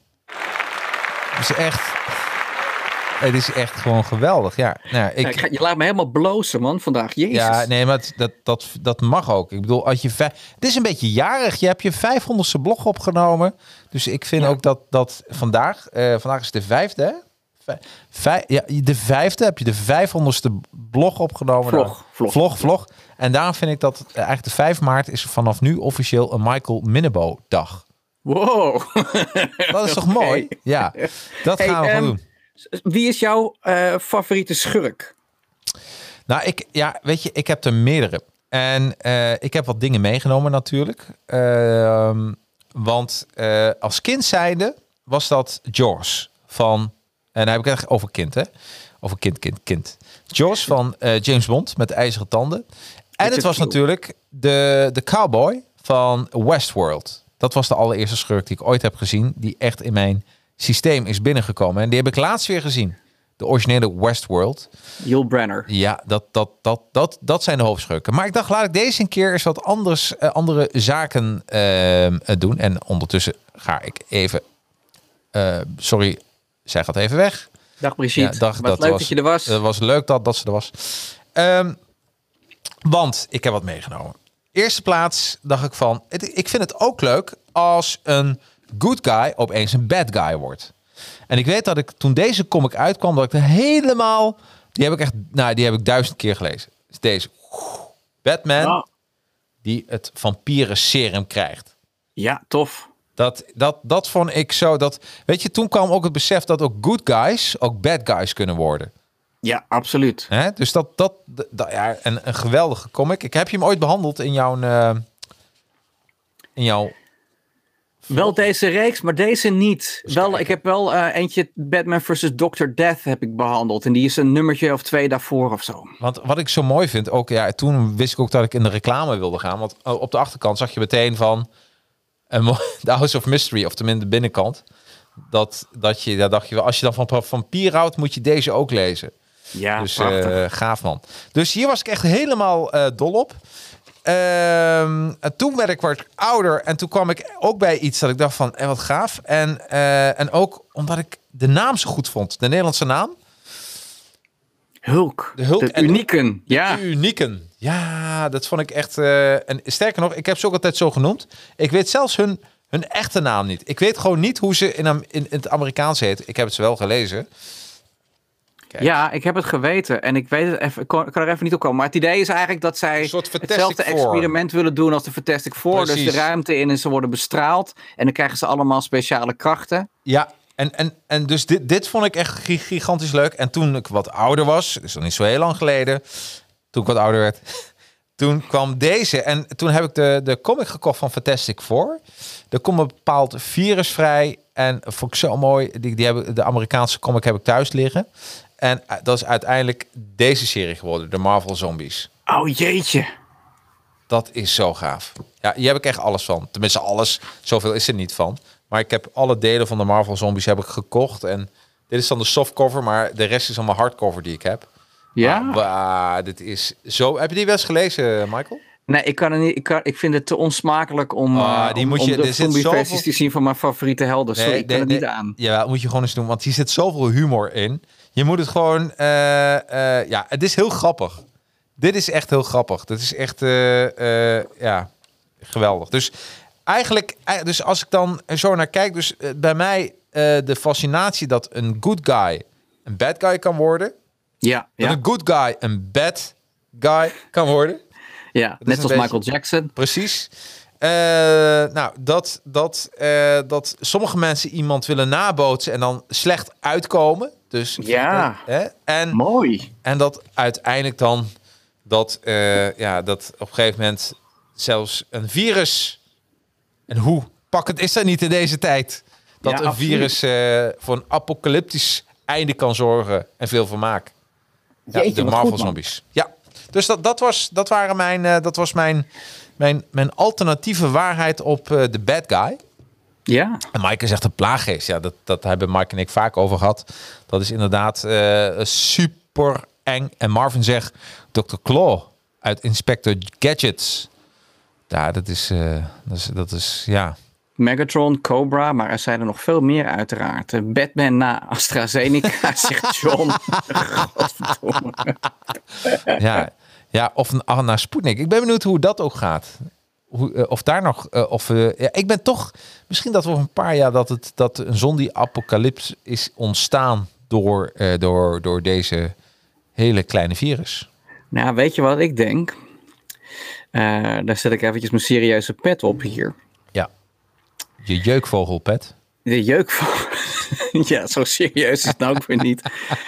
Het is echt gewoon geweldig. Ja, nou, je laat me helemaal blozen, man, vandaag. Jezus. Ja, nee, maar dat mag ook. Ik bedoel, het is een beetje jarig. Je hebt je 500ste blog opgenomen. Dus ik vind ook dat vandaag is de 5e. De 5e heb je de 500ste blog opgenomen. Vlog. En daarom vind ik dat eigenlijk de 5 maart is vanaf nu officieel een Michael Minnebo dag. Wow. Dat is toch mooi? Ja, dat gaan we doen. Wie is jouw favoriete schurk? Nou, weet je, ik heb er meerdere. En ik heb wat dingen meegenomen natuurlijk. Want als kind zijnde was dat Jaws van... En dan heb ik het echt over kind, hè? Over kind. Jaws van James Bond met de ijzeren tanden. En het was natuurlijk de cowboy van Westworld. Dat was de allereerste schurk die ik ooit heb gezien, die echt in mijn systeem is binnengekomen. En die heb ik laatst weer gezien. De originele Westworld. Yul Brynner. Ja, dat zijn de hoofdschurken. Maar ik dacht, laat ik deze een keer eens wat andere zaken doen. En ondertussen ga ik even... sorry, zij gaat even weg. Dag Brigitte. Ja, dag, wat leuk dat je er was. Het was leuk dat ze er was. Want ik heb wat meegenomen. Eerste plaats dacht ik van... Ik vind het ook leuk als een good guy opeens een bad guy wordt. En ik weet dat ik toen deze comic uitkwam... dat ik er helemaal... Die heb ik 1000 keer gelezen. Dus deze. Batman die het vampieren serum krijgt. Ja, tof. Dat vond ik zo... Weet je, toen kwam ook het besef dat ook good guys... ook bad guys kunnen worden. Ja, absoluut. Hè? Dus ja, een geweldige comic. Heb je hem ooit behandeld in jouw... Wel deze reeks, maar deze niet. Ik heb wel eentje Batman vs. Dr. Death heb ik behandeld. En die is een nummertje of 2 daarvoor of zo. Want wat ik zo mooi vind, ook toen wist ik ook dat ik in de reclame wilde gaan. Want op de achterkant zag je meteen van The House of Mystery, of tenminste de binnenkant. Daar dacht je, als je dan van vampier houdt, moet je deze ook lezen. Ja, dus gaaf man. Dus hier was ik echt helemaal dol op. En toen werd ik wat ouder en toen kwam ik ook bij iets dat ik dacht van, wat gaaf. En ook omdat ik de naam zo goed vond. De Nederlandse naam. Hulk. De Unieken. Ja. De Unieken. Ja, dat vond ik echt... en sterker nog, ik heb ze ook altijd zo genoemd. Ik weet zelfs hun echte naam niet. Ik weet gewoon niet hoe ze in het Amerikaans heet. Ik heb het ze wel gelezen. Kijk. Ja, ik heb het geweten. En ik weet het even, ik kan er even niet op komen. Maar het idee is eigenlijk dat zij hetzelfde experiment willen doen als de Fantastic Four. Precies. Dus de ruimte in en ze worden bestraald. En dan krijgen ze allemaal speciale krachten. Ja, en dus dit vond ik echt gigantisch leuk. En toen ik wat ouder was, dus nog niet zo heel lang geleden, toen ik wat ouder werd, toen kwam deze. En toen heb ik de comic gekocht van Fantastic Four. Er komt een bepaald virus vrij. En vond ik zo mooi. De Amerikaanse comic heb ik thuis liggen. En dat is uiteindelijk deze serie geworden. De Marvel Zombies. Oh jeetje. Dat is zo gaaf. Ja, hier heb ik echt alles van. Tenminste alles. Zoveel is er niet van. Maar ik heb alle delen van de Marvel Zombies heb ik gekocht. En dit is dan de softcover. Maar de rest is allemaal hardcover die ik heb. Ja. Dit is zo... Heb je die wel eens gelezen, Michael? Nee, ik kan er niet. Ik vind het te onsmakelijk om de zombie-versies te zien van mijn favoriete helden. Sorry, ik kan het niet aan. Ja, moet je gewoon eens doen. Want hier zit zoveel humor in. Je moet het gewoon... het is heel grappig. Dit is echt heel grappig. Dat is echt... geweldig. Dus eigenlijk... Dus als ik dan zo naar kijk... Dus bij mij de fascinatie dat een good guy een bad guy kan worden. Ja. Dat een good guy een bad guy kan worden. Ja, net als Michael Jackson. Precies. Dat sommige mensen iemand willen nabootsen en dan slecht uitkomen. Dus, ja, mooi. En dat uiteindelijk dan dat op een gegeven moment zelfs een virus... En hoe pakkend is dat niet in deze tijd? Dat een virus voor een apocalyptisch einde kan zorgen en veel vermaak. Jeetje, de Marvel Zombies. Ja. Dus dat was mijn alternatieve waarheid op de bad guy. Ja. En Maaike zegt een plaaggeest. Ja, dat hebben Mike en ik vaak over gehad. Dat is inderdaad super eng. En Marvin zegt Dr. Claw uit Inspector Gadgets. Ja, dat is ja. Megatron, Cobra, maar er zijn er nog veel meer uiteraard. Batman na AstraZeneca, zegt John. Godverdomme. Ja, of naar Sputnik. Ik ben benieuwd hoe dat ook gaat. Of daar nog... ik ben toch... Misschien dat we over een paar jaar dat een zombie-apocalyps is ontstaan door deze hele kleine virus. Nou, weet je wat ik denk? Daar zet ik eventjes mijn serieuze pet op hier. Ja. Je jeukvogel, Pet. De jeukvogel. Ja, zo serieus is het nou ook weer niet.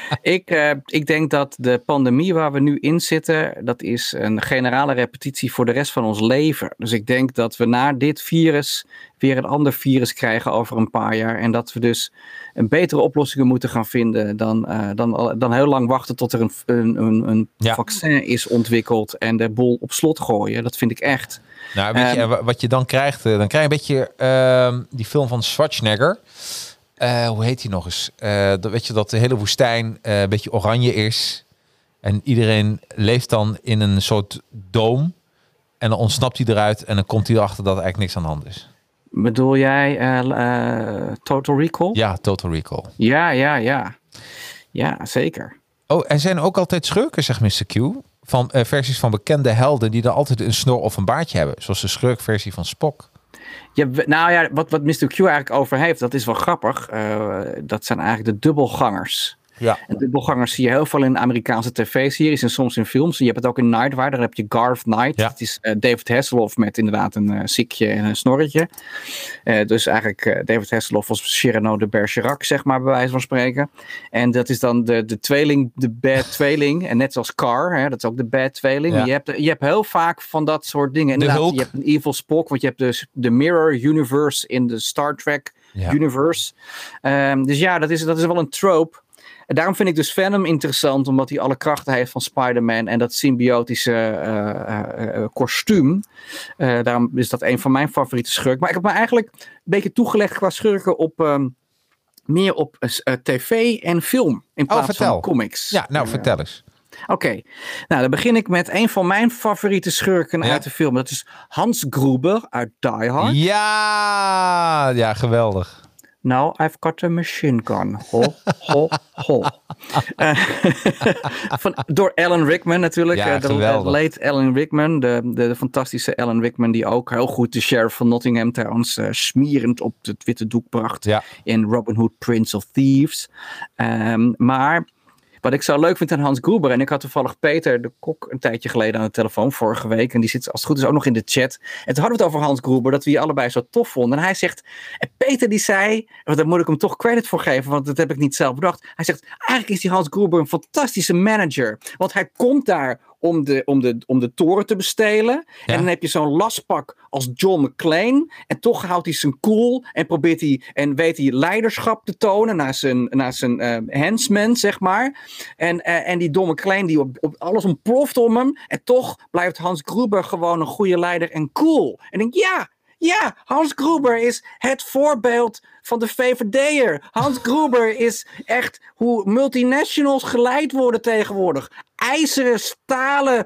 Ik denk dat de pandemie waar we nu in zitten, dat is een generale repetitie voor de rest van ons leven. Dus ik denk dat we na dit virus weer een ander virus krijgen over een paar jaar. En dat we dus een betere oplossingen moeten gaan vinden dan heel lang wachten tot er een vaccin is ontwikkeld en de boel op slot gooien. Dat vind ik echt. Nou, weet je, wat je dan krijgt, dan krijg je een beetje die film van Schwarzenegger. Hoe heet die nog eens? Weet je dat de hele woestijn een beetje oranje is. En iedereen leeft dan in een soort doom. En dan ontsnapt hij eruit en dan komt hij erachter dat er eigenlijk niks aan de hand is. Bedoel jij Total Recall? Ja, Total Recall. Ja. Ja, zeker. Oh, er zijn ook altijd schurken, zegt Mr. Q. Van versies van bekende helden die dan altijd een snor of een baardje hebben. Zoals de schurkversie van Spock. Ja, nou ja, wat Mr. Q eigenlijk over heeft, dat is wel grappig. Dat zijn eigenlijk de dubbelgangers. Ja. En dubbelgangers zie je heel veel in Amerikaanse tv-series en soms in films. Je hebt het ook in Nightwire, daar heb je Garth Knight. Ja. Dat is David Hasselhoff met inderdaad een sikje en een snorretje. Dus eigenlijk David Hasselhoff was Cyrano de Bergerac, zeg maar, bij wijze van spreken. En dat is dan de tweeling, de bad tweeling. En net zoals Carr, hè, dat is ook de bad tweeling. Ja. Je hebt heel vaak van dat soort dingen. Inderdaad, je hebt een evil Spock, want je hebt dus de Mirror Universe in de Star Trek Universe. Dus ja, dat is wel een trope. En daarom vind ik dus Venom interessant, omdat hij alle krachten heeft van Spider-Man en dat symbiotische kostuum. Daarom is dat een van mijn favoriete schurken. Maar ik heb me eigenlijk een beetje toegelegd qua schurken op meer op tv en film in plaats van comics. Ja, nou vertel eens. Oké, nou dan begin ik met een van mijn favoriete schurken uit de film. Dat is Hans Gruber uit Die Hard. Ja, geweldig. Now I've got a machine gun. Ho, ho, ho. Door Alan Rickman natuurlijk. Ja, de late Alan Rickman. De fantastische Alan Rickman die ook heel goed de sheriff van Nottingham trouwens smerend op het witte doek bracht. Ja. In Robin Hood Prince of Thieves. Maar wat ik zo leuk vind aan Hans Gruber, en ik had toevallig Peter de Kok een tijdje geleden aan de telefoon vorige week, en die zit als het goed is ook nog in de chat. En toen hadden we het over Hans Gruber, dat we die allebei zo tof vonden. En hij zegt, en Peter die zei, want daar moet ik hem toch credit voor geven, want dat heb ik niet zelf bedacht. Hij zegt, eigenlijk is die Hans Gruber een fantastische manager, want hij komt daar om de toren te bestelen. Ja. En dan heb je zo'n lastpak als John McClane. En toch houdt hij zijn cool. En probeert hij en weet hij leiderschap te tonen naar zijn henchmen, zeg maar. En die John McClane die op alles ontploft om hem. En toch blijft Hans Gruber gewoon een goede leider en cool. En ik denk, ja, Hans Gruber is het voorbeeld van de VVD'er. Hans Gruber is echt hoe multinationals geleid worden tegenwoordig. IJzeren, stalen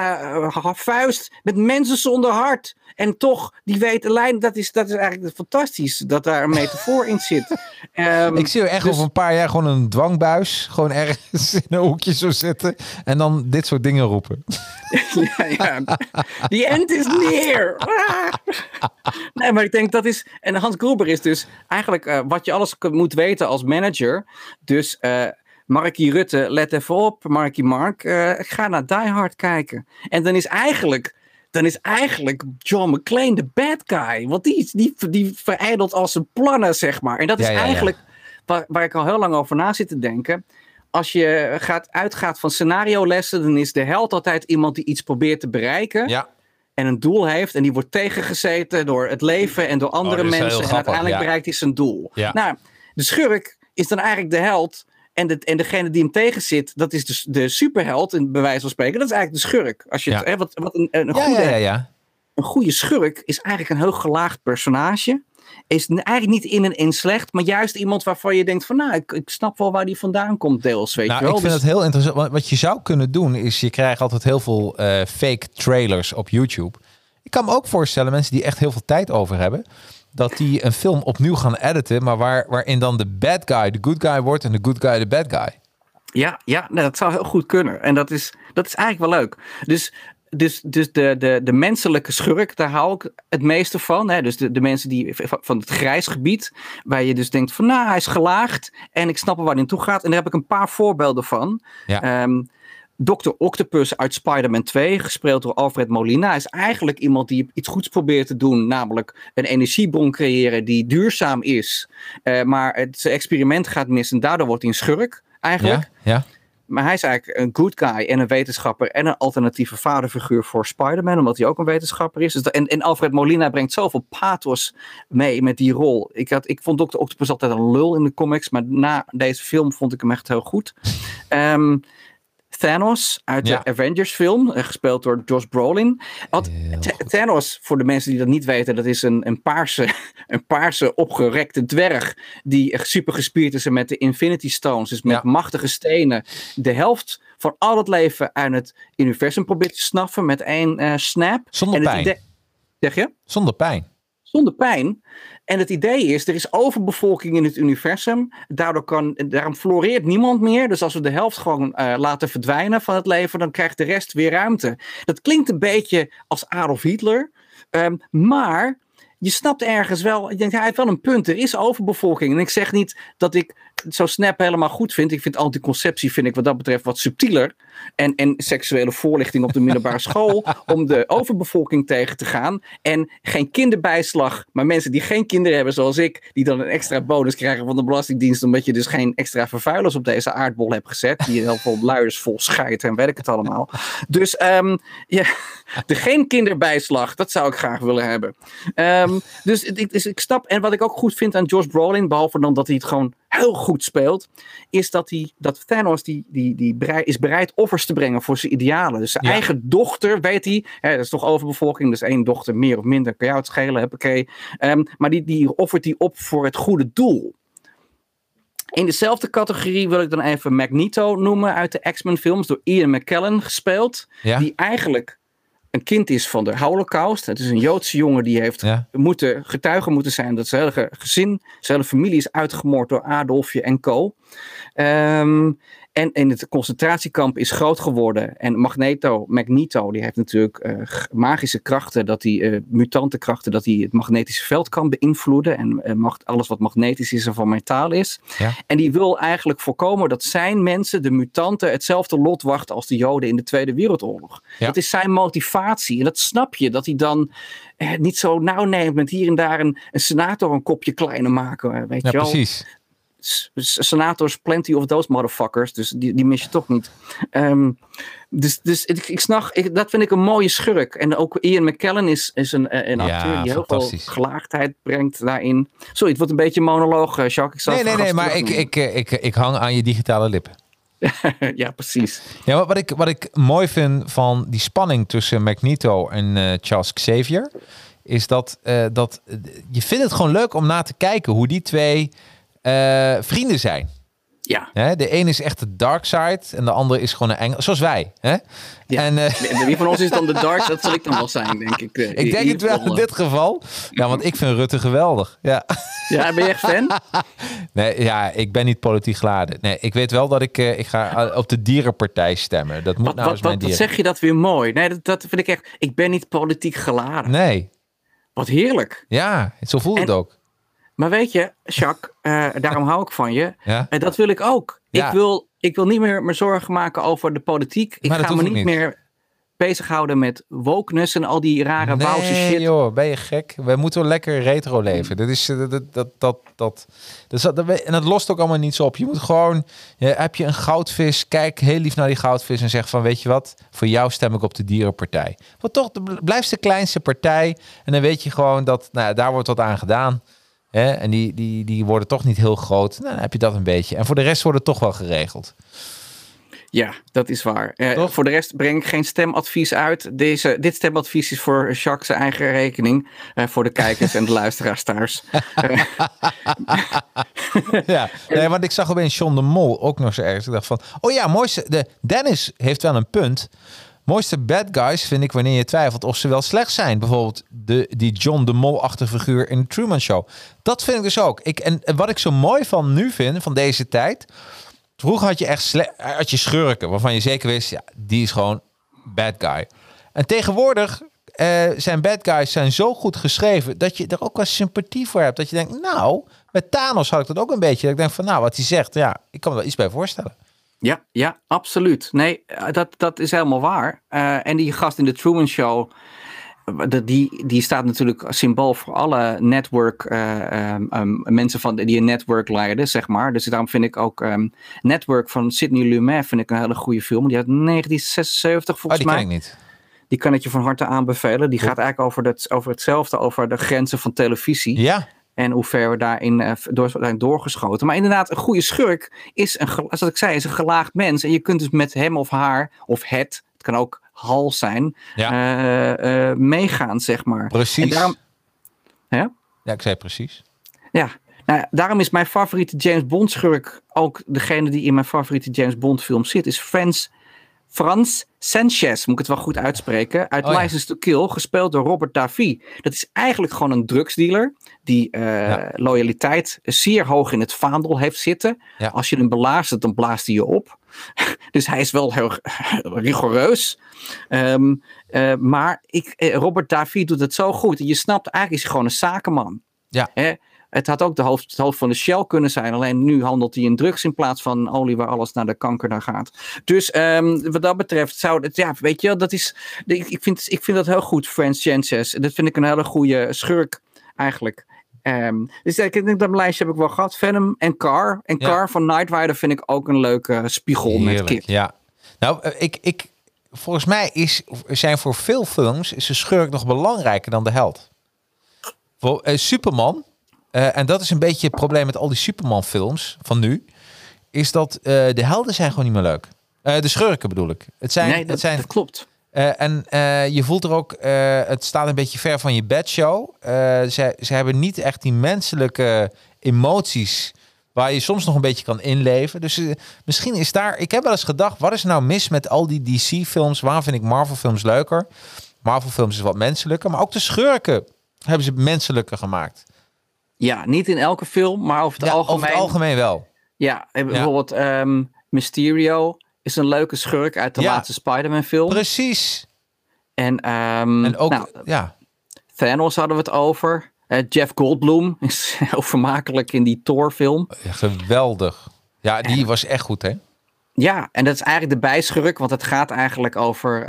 vuist met mensen zonder hart. En toch, die weten lijn, dat is eigenlijk fantastisch dat daar een metafoor in zit. Ik zie je echt over een paar jaar gewoon een dwangbuis. Gewoon ergens in een hoekje zo zitten. En dan dit soort dingen roepen. Ja. The end is near. Nee, maar ik denk dat is... En Hans Gruber is dus eigenlijk wat je alles moet weten als manager. Dus Markie Rutte, let even op. Markie Mark, ga naar Die Hard kijken. En dan is eigenlijk John McClane de bad guy. Want die verijdelt al zijn plannen, zeg maar. En dat is eigenlijk waar ik al heel lang over na zit te denken. Als je uitgaat van scenariolessen, dan is de held altijd iemand die iets probeert te bereiken. Ja. En een doel heeft. En die wordt tegengezeten door het leven en door andere mensen. En uiteindelijk bereikt hij zijn doel. Ja. Nou, de schurk is dan eigenlijk de held. En degene die hem tegenzit, dat is dus de superheld, bij wijze van spreken. Dat is eigenlijk de schurk. Als je een goede schurk is eigenlijk een heel gelaagd personage. Is eigenlijk niet in slecht, maar juist iemand waarvan je denkt van, nou, ik snap wel waar die vandaan komt deels, weet je wel. Ik vind het heel interessant. Wat je zou kunnen doen, is je krijgt altijd heel veel fake trailers op YouTube. Ik kan me ook voorstellen, mensen die echt heel veel tijd over hebben, dat die een film opnieuw gaan editen, maar waarin dan de bad guy de good guy wordt en de good guy de bad guy. Ja, dat zou heel goed kunnen. En dat is eigenlijk wel leuk. Dus de menselijke schurk, daar hou ik het meeste van. Hè? Dus de mensen die van het grijs gebied, waar je dus denkt van, nou, hij is gelaagd en ik snap er waar hij naartoe gaat. En daar heb ik een paar voorbeelden van. Ja. Dr. Octopus uit Spider-Man 2, gespeeld door Alfred Molina, is eigenlijk iemand die iets goeds probeert te doen, namelijk een energiebron creëren die duurzaam is, maar het experiment gaat mis en daardoor wordt hij een schurk eigenlijk. Ja. Maar hij is eigenlijk een good guy en een wetenschapper en een alternatieve vaderfiguur voor Spider-Man, omdat hij ook een wetenschapper is. Dus en Alfred Molina brengt zoveel pathos mee met die rol. Ik vond Dr. Octopus altijd een lul in de comics, maar na deze film vond ik hem echt heel goed. Thanos uit de Avengers film, gespeeld door Josh Brolin. Thanos, voor de mensen die dat niet weten, dat is een paarse opgerekte dwerg die super gespierd is en met de Infinity Stones, dus met machtige stenen, de helft van al het leven uit het universum probeert te snaffen met één snap. Zonder pijn. Zeg je? Zonder pijn. Zonder pijn. En het idee is, er is overbevolking in het universum. Daarom floreert niemand meer. Dus als we de helft gewoon laten verdwijnen van het leven, dan krijgt de rest weer ruimte. Dat klinkt een beetje als Adolf Hitler. Maar je snapt ergens wel, ik denk, hij heeft wel een punt. Er is overbevolking. En ik zeg niet dat ik zo'n snap helemaal goed vind. Ik vind anticonceptie wat dat betreft wat subtieler. En seksuele voorlichting op de middelbare school. Om de overbevolking tegen te gaan. En geen kinderbijslag. Maar mensen die geen kinderen hebben zoals ik. Die dan een extra bonus krijgen van de Belastingdienst. Omdat je dus geen extra vervuilers op deze aardbol hebt gezet. Die heel veel luiers vol scheidt en weet ik het allemaal. Dus geen kinderbijslag. Dat zou ik graag willen hebben. Dus ik snap. En wat ik ook goed vind aan Josh Brolin. Behalve dan dat hij het gewoon heel goed speelt, is dat Thanos is bereid offers te brengen voor zijn idealen. Dus zijn eigen dochter, weet hij, dat is toch overbevolking, dus één dochter meer of minder, kan jou het schelen, oké. Maar die offert hij op voor het goede doel. In dezelfde categorie wil ik dan even Magneto noemen uit de X-Men films, door Ian McKellen gespeeld, die eigenlijk een kind is van de Holocaust. Het is een Joodse jongen die heeft getuige moeten zijn dat zijn hele gezin, zijn hele familie is uitgemoord door Adolfje en co. En in het concentratiekamp is groot geworden. En Magneto, die heeft natuurlijk magische krachten, mutante krachten, dat hij het magnetische veld kan beïnvloeden. En alles wat magnetisch is en van metaal is. Ja. En die wil eigenlijk voorkomen dat zijn mensen, de mutanten, hetzelfde lot wachten als de Joden in de Tweede Wereldoorlog. Ja. Dat is zijn motivatie. En dat snap je, dat hij dan niet zo nauw neemt met hier en daar een senator een kopje kleiner maken. Weet je wel? Precies. Senators, plenty of those motherfuckers. Dus die mis je toch niet. Dus dat vind ik een mooie schurk. En ook Ian McKellen is een acteur die heel veel gelaagdheid brengt daarin. Sorry, het wordt een beetje een monoloog, Jacques. Nee, maar ik hang aan je digitale lippen. Ja, precies. Ja, wat ik mooi vind van die spanning tussen Magneto en Charles Xavier, is dat je vindt het gewoon leuk om na te kijken hoe die twee vrienden zijn. Ja. De een is echt de dark side en de andere is gewoon een engel, zoals wij. Hè? Ja. En, wie van ons is dan de dark? Dat zal ik dan wel zijn, denk ik. Ik denk het wel in dit geval. Ja, want ik vind Rutte geweldig. Ja, ben je echt fan? Nee, ja, ik ben niet politiek geladen. Nee, ik weet wel dat ik ga op de dierenpartij stemmen. Dat moet mijn dieren. Wat zeg je dat weer mooi? Nee, dat vind ik echt. Ik ben niet politiek geladen. Nee. Wat heerlijk. Ja, zo voelt het ook. Maar weet je, Jacques, daarom hou ik van je. Ja? Dat wil ik ook. Ja. Ik wil niet meer me zorgen maken over de politiek. Ik ga me niet meer bezighouden met wokeness en al die rare wauwse shit. Nee joh, ben je gek? We moeten wel lekker retro leven. Dat is en dat lost ook allemaal niets op. Je moet gewoon, heb je een goudvis, kijk heel lief naar die goudvis en zeg van, weet je wat, voor jou stem ik op de dierenpartij. Want toch, blijft de kleinste partij en dan weet je gewoon dat, daar wordt wat aan gedaan. En die worden toch niet heel groot. Nou, dan heb je dat een beetje. En voor de rest wordt het toch wel geregeld. Ja, dat is waar. Voor de rest breng ik geen stemadvies uit. Dit stemadvies is voor Jacques' zijn eigen rekening. Voor de kijkers en de luisteraars thuis. Ja, nee, want ik zag opeens John de Mol ook nog zo ergens. Ik dacht van, Dennis heeft wel een punt. Mooiste bad guys vind ik wanneer je twijfelt of ze wel slecht zijn. Bijvoorbeeld die John de Mol-achtige figuur in de Truman Show. Dat vind ik dus ook. En wat ik zo mooi van nu vind, van deze tijd. Vroeger had je echt had je schurken, waarvan je zeker wist, ja, die is gewoon bad guy. En tegenwoordig zijn bad guys zo goed geschreven dat je er ook wel sympathie voor hebt. Dat je denkt, nou, met Thanos had ik dat ook een beetje. Dat ik denk van, nou, wat hij zegt, ja, ik kan me wel iets bij voorstellen. Ja, absoluut. Nee, dat is helemaal waar. En die gast in de Truman Show, die staat natuurlijk als symbool voor alle network mensen die een network leiden, zeg maar. Dus daarom vind ik ook Network van Sidney Lumet vind ik een hele goede film. Die uit 1976 volgens mij. Die ken ik niet. Die kan ik je van harte aanbevelen. Die gaat eigenlijk over hetzelfde, over de grenzen van televisie. Ja. En hoe ver we daarin zijn doorgeschoten. Maar inderdaad, een goede schurk is zoals ik zei, is een gelaagd mens. En je kunt dus met hem of haar, of het kan ook Hal zijn, meegaan, zeg maar. Precies. En daarom, Ja, ik zei precies. Ja, nou, daarom is mijn favoriete James Bond schurk ook degene die in mijn favoriete James Bond film zit, is Frans Sanchez, moet ik het wel goed uitspreken, uit License to Kill, gespeeld door Robert Davi. Dat is eigenlijk gewoon een drugsdealer die loyaliteit zeer hoog in het vaandel heeft zitten. Ja. Als je hem belazert, dan blaast hij je op. Dus hij is wel heel rigoureus. Maar Robert Davi doet het zo goed. En je snapt, eigenlijk is hij gewoon een zakenman. Ja. Het had ook het hoofd van de Shell kunnen zijn. Alleen nu handelt hij in drugs in plaats van olie waar alles naar de kanker naar gaat. Dus wat dat betreft zou het, ja, weet je, dat is, ik vind dat heel goed, Frans Sanchez. Dat vind ik een hele goede schurk eigenlijk. Dus ik denk dat mijn lijstje heb ik wel gehad. Venom en Car. En Car van Knight Rider vind ik ook een leuke spiegel. Heerlijk, met Kip. Ja. Nou, volgens mij zijn voor veel films is de schurk nog belangrijker dan de held. Voor Superman. En dat is een beetje het probleem met al die Superman-films van nu. Is dat de helden zijn gewoon niet meer leuk. De schurken bedoel ik. Dat klopt. En je voelt er ook, het staat een beetje ver van je bedshow. Ze hebben niet echt die menselijke emoties waar je soms nog een beetje kan inleven. Dus misschien is daar, ik heb wel eens gedacht, wat is nou mis met al die DC-films? Waarom vind ik Marvel-films leuker? Marvel-films is wat menselijker, maar ook de schurken hebben ze menselijker gemaakt. Ja, niet in elke film, maar over het algemeen. Over het algemeen wel. Ja, bijvoorbeeld Mysterio is een leuke schurk uit de laatste Spider-Man film. Precies. En ook, Thanos hadden we het over. Jeff Goldblum is heel vermakelijk in die Thor film. Ja, geweldig. Ja, die was echt goed, hè? Ja, en dat is eigenlijk de bijschurk, want het gaat eigenlijk over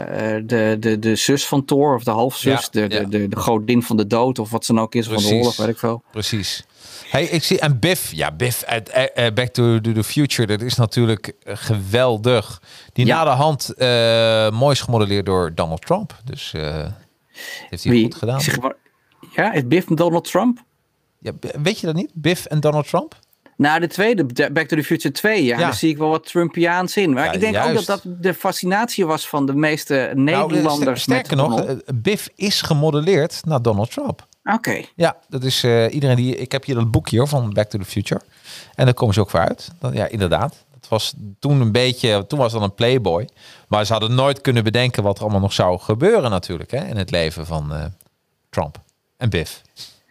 de zus van Thor, of de halfzus, de godin van de dood, of wat ze nou ook is, van de oorlog, weet ik veel. Precies. Hey, ik zie, en Biff uit Back to the Future, dat is natuurlijk geweldig. Die na de hand mooi is gemodelleerd door Donald Trump. Dus heeft hij goed gedaan. Ja, is Biff Donald Trump? Ja, weet je dat niet? Biff en Donald Trump? Nou, de tweede, Back to the Future 2, daar zie ik wel wat Trumpiaans in. Maar ik denk ook dat dat de fascinatie was van de meeste Nederlanders. Sterker nog, Biff is gemodelleerd naar Donald Trump. Oké. Ja, dat is iedereen die... Ik heb hier dat boekje van Back to the Future. En daar komen ze ook voor uit. Ja, inderdaad. Dat was toen een beetje... Toen was dat een playboy. Maar ze hadden nooit kunnen bedenken wat er allemaal nog zou gebeuren natuurlijk. Hè, in het leven van Trump en Biff.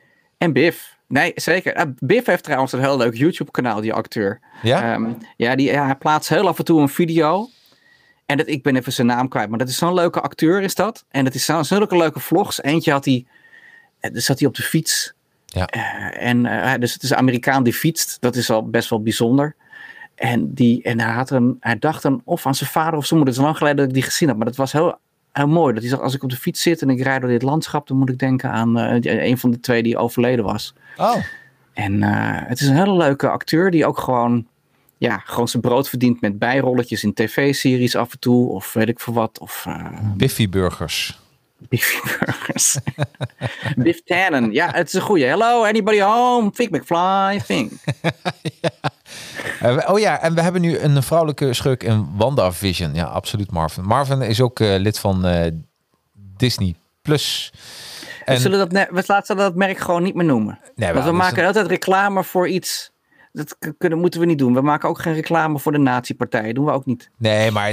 Nee, zeker. Biff heeft trouwens een heel leuk YouTube-kanaal, die acteur. Ja? Hij plaatst heel af en toe een video. En ik ben even zijn naam kwijt, maar dat is zo'n leuke acteur is dat. En dat is zo'n zulke leuke vlogs. Eentje zat hij op de fiets. Ja. Dus het is een Amerikaan die fietst. Dat is al best wel bijzonder. En hij dacht dan of aan zijn vader of zijn moeder. Het is lang geleden dat ik die gezien heb, maar dat was heel mooi. Dat hij zegt, als ik op de fiets zit en ik rijd door dit landschap, dan moet ik denken aan een van de twee die overleden was. Oh. En het is een hele leuke acteur die ook gewoon zijn brood verdient met bijrolletjes in tv-series af en toe. Of weet ik veel wat. Of Biffy Burgers. Biff Tannen. Ja, het is een goeie. Hello, anybody home? Fink McFly, Fink. En we hebben nu een vrouwelijke schurk in WandaVision. Ja, absoluut Marvin. Marvin is ook lid van Disney+. Plus. We laten dat merk gewoon niet meer noemen. Nee, want we maken altijd reclame voor iets. Dat moeten we niet doen. We maken ook geen reclame voor de nazi-partij. Doen we ook niet. Nee, maar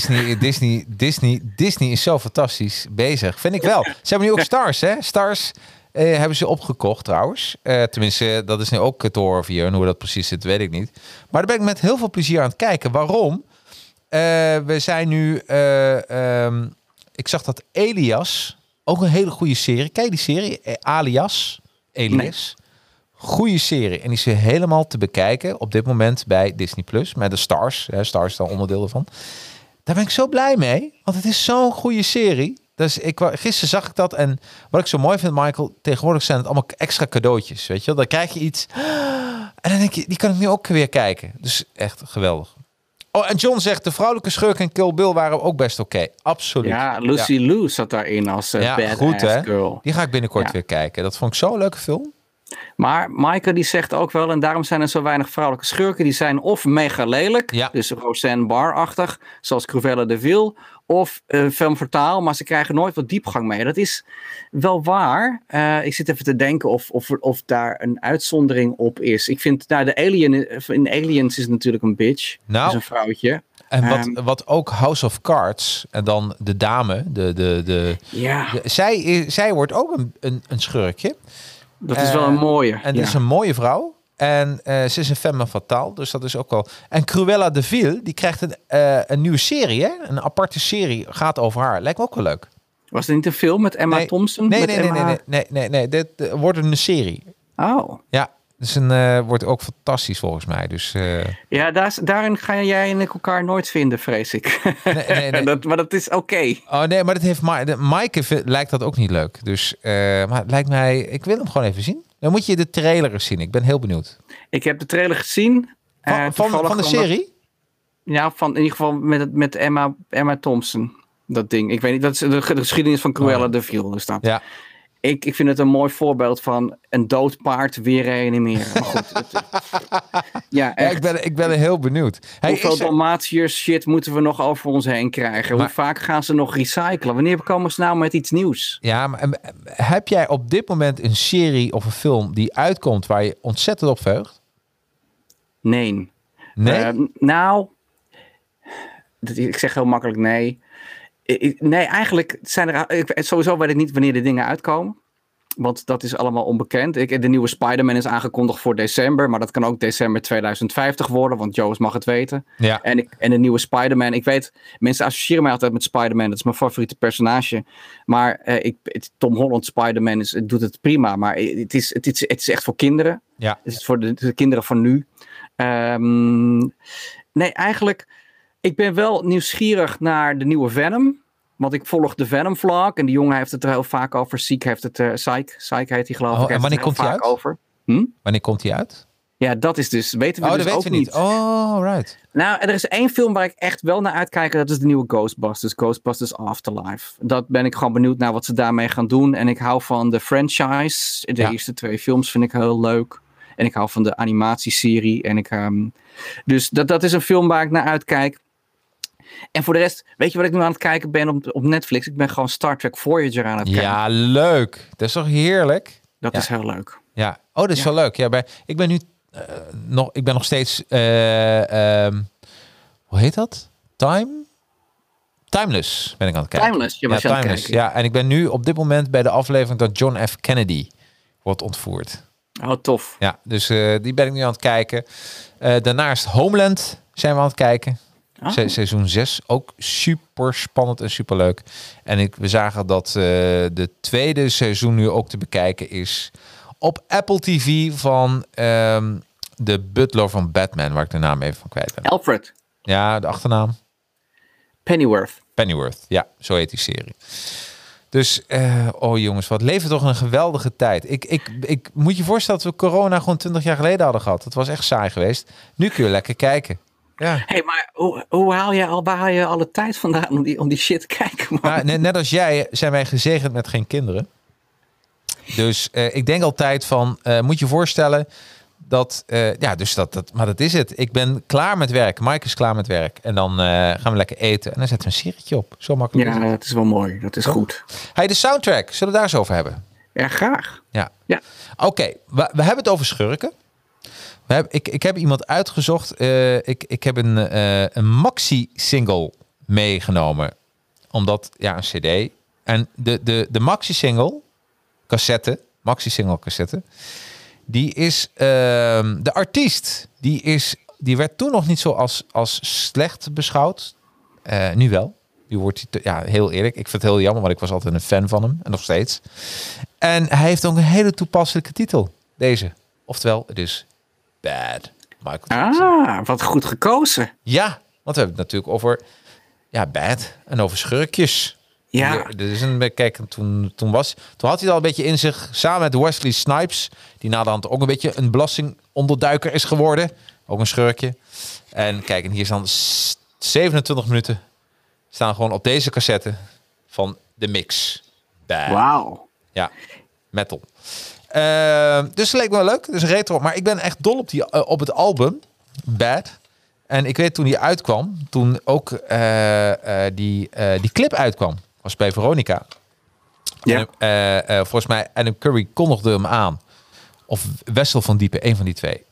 Disney is zo fantastisch bezig. Vind ik wel. Ze hebben nu ook Stars, hè? Stars hebben ze opgekocht trouwens. Tenminste, dat is nu ook te horen via. En hoe dat precies zit, weet ik niet. Maar daar ben ik met heel veel plezier aan het kijken. Waarom? We zijn nu... ik zag dat Alias, ook een hele goede serie. Ken je die serie? Alias? Nee. goede serie. En die is helemaal te bekijken op dit moment bij Disney Plus. Met de Stars. Hè, Stars is dan onderdeel ervan. Daar ben ik zo blij mee. Want het is zo'n goede serie. Dus gisteren zag ik dat. En wat ik zo mooi vind, Michael, tegenwoordig zijn het allemaal extra cadeautjes. Weet je wel? Dan krijg je iets. En dan denk je, die kan ik nu ook weer kijken. Dus echt geweldig. Oh, en John zegt, de vrouwelijke schurk en Kill Bill waren ook best oké. Absoluut. Ja, Lucy Liu zat daarin als badass goed, hè? girl. Die ga ik binnenkort weer kijken. Dat vond ik zo'n leuke film. Maar Maaike die zegt ook wel, en daarom zijn er zo weinig vrouwelijke schurken, die zijn of mega lelijk, dus Roseanne Barr-achtig, zoals Cruella de Vil, of femme fatale, maar ze krijgen nooit wat diepgang mee. Dat is wel waar. Ik zit even te denken of daar een uitzondering op is. Ik vind, de in Aliens is het natuurlijk een bitch. Nou, is een vrouwtje. En wat ook House of Cards, en dan de dame, zij wordt ook een schurkje. Dat is wel een mooie. En dat is een mooie vrouw. En ze is een femme fatale, dus dat is ook wel... En Cruella de Vil, die krijgt een nieuwe serie, hè? Een aparte serie, gaat over haar. Lijkt me ook wel leuk. Was er niet een film met Emma Thompson? Nee. Dit wordt een serie. Oh. Ja, dus wordt ook fantastisch volgens mij. Dus, ja, daarin ga jij en ik elkaar nooit vinden, vrees ik. Nee. Maar dat is oké. Oh nee, maar dat heeft Maaike lijkt dat ook niet leuk. Dus, maar het lijkt mij... Ik wil hem gewoon even zien. Dan moet je de trailer eens zien. Ik ben heel benieuwd. Ik heb de trailer gezien. Van de serie? Ja, in ieder geval met Emma Thompson. Dat ding. Ik weet niet, dat is de geschiedenis van Cruella de Vil. Dus dat. Ja. Ik vind het een mooi voorbeeld van een dood paard weer reanimeren. Maar goed. Ik ben er heel benieuwd. Hoeveel Dalmatiërs shit moeten we nog over ons heen krijgen? Hoe vaak gaan ze nog recyclen? Wanneer komen ze nou met iets nieuws? Ja, maar heb jij op dit moment een serie of een film die uitkomt waar je ontzettend op verheugt? Nee? Ik zeg heel makkelijk nee. Nee, eigenlijk zijn er... Sowieso weet ik niet wanneer de dingen uitkomen. Want dat is allemaal onbekend. De nieuwe Spider-Man is aangekondigd voor december. Maar dat kan ook december 2050 worden. Want Joos mag het weten. Ja. En de nieuwe Spider-Man. Ik weet, mensen associëren mij altijd met Spider-Man. Dat is mijn favoriete personage. Maar Tom Holland Spider-Man doet het prima. Maar het is echt voor kinderen. Ja. Het is voor de kinderen van nu. Nee, eigenlijk... Ik ben wel nieuwsgierig naar de nieuwe Venom. Want ik volg de Venom vlog. En die jongen heeft het er heel vaak over. Psych heeft het... Psych heet hij geloof ik. En wanneer komt hij uit? Over. Wanneer komt hij uit? Ja, dat is dus... Weten we dus dat ook weten we niet. Oh, right. Nou, er is één film waar ik echt wel naar uitkijk. Dat is de nieuwe Ghostbusters. Ghostbusters Afterlife. Dat ben ik gewoon benieuwd naar wat ze daarmee gaan doen. En ik hou van de franchise. De eerste 2 films vind ik heel leuk. En ik hou van de animatieserie. En dus dat is een film waar ik naar uitkijk. En voor de rest, weet je wat ik nu aan het kijken ben op Netflix? Ik ben gewoon Star Trek Voyager aan het kijken. Ja, leuk. Dat is toch heerlijk? Dat is heel leuk. Ja. Oh, dat is wel leuk. Ja, ik ben nu nog steeds... hoe heet dat? Timeless ben ik aan het kijken. Timeless, je was aan het kijken. Ja, en ik ben nu op dit moment bij de aflevering dat John F. Kennedy wordt ontvoerd. Oh, tof. Ja, dus die ben ik nu aan het kijken. Daarnaast Homeland zijn we aan het kijken. Seizoen 6, ook super spannend en super leuk. En we zagen dat de tweede seizoen nu ook te bekijken is op Apple TV van de butler van Batman, waar ik de naam even van kwijt ben. Alfred. Ja, de achternaam. Pennyworth, ja, zo heet die serie. Dus, oh jongens, wat leven toch een geweldige tijd. Ik moet je voorstellen dat we corona gewoon 20 jaar geleden hadden gehad. Dat was echt saai geweest. Nu kun je lekker kijken. Ja. Hey, maar waar haal je alle tijd vandaan om die shit te kijken? Nou, net als jij zijn wij gezegend met geen kinderen. Dus ik denk altijd van, moet je voorstellen dat, maar dat is het. Ik ben klaar met werk. Mike is klaar met werk. En dan gaan we lekker eten. En dan zetten we een serietje op. Zo makkelijk is het. Ja, dat is wel mooi. Dat is goed. Hey, de soundtrack. Zullen we daar eens over hebben? Ja, graag. Ja. Oké, we hebben het over schurken. Ik heb iemand uitgezocht. Ik heb een maxi-single meegenomen. Omdat, een cd. En de maxi-single cassette, die is de artiest. Die werd toen nog niet zo als slecht beschouwd. Nu wel. Nu wordt hij, heel eerlijk. Ik vind het heel jammer, want ik was altijd een fan van hem. En nog steeds. En hij heeft ook een hele toepasselijke titel. Deze. Oftewel, het is Bad. Michael Jackson. Ah, wat goed gekozen. Ja, want we hebben het natuurlijk over Bad en over schurkjes. Ja. Hier, dit is kijk, toen had hij het al een beetje in zich, samen met Wesley Snipes, die na de hand ook een beetje een belastingonderduiker is geworden. Ook een schurkje. En kijk, en hier staan 27 minuten staan gewoon op deze cassette van de mix. Bad. Wauw. Ja, metal. Dus het leek me wel leuk. Dus retro. Maar ik ben echt dol op het album Bad. En ik weet toen die uitkwam, toen ook die clip uitkwam, was bij Veronica. Ja. En, volgens mij Adam Curry kondigde hem aan. Of Wessel van Diepen, een van die twee.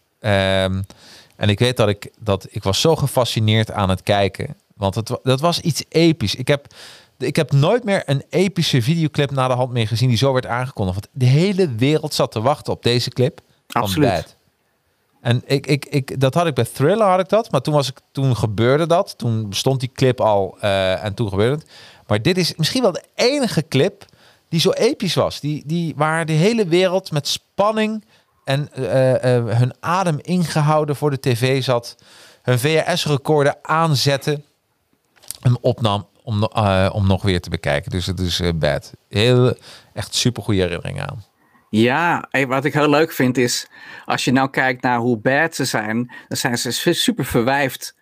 En ik weet dat ik was zo gefascineerd aan het kijken. Want dat was iets episch. Ik heb nooit meer een epische videoclip na de hand meer gezien die zo werd aangekondigd. Want de hele wereld zat te wachten op deze clip. Absoluut. Bad. En dat had ik bij Thriller, had ik dat. Maar toen gebeurde dat. Toen bestond die clip al en toen gebeurde het. Maar dit is misschien wel de enige clip die zo episch was. Waar de hele wereld met spanning en hun adem ingehouden voor de tv zat. Hun VHS-recorder aanzette. Hem opnam om nog weer te bekijken. Dus het is Bad. Echt super goede herinnering aan. Ja, wat ik heel leuk vind is, als je nou kijkt naar hoe bad ze zijn, dan zijn ze super verwijfd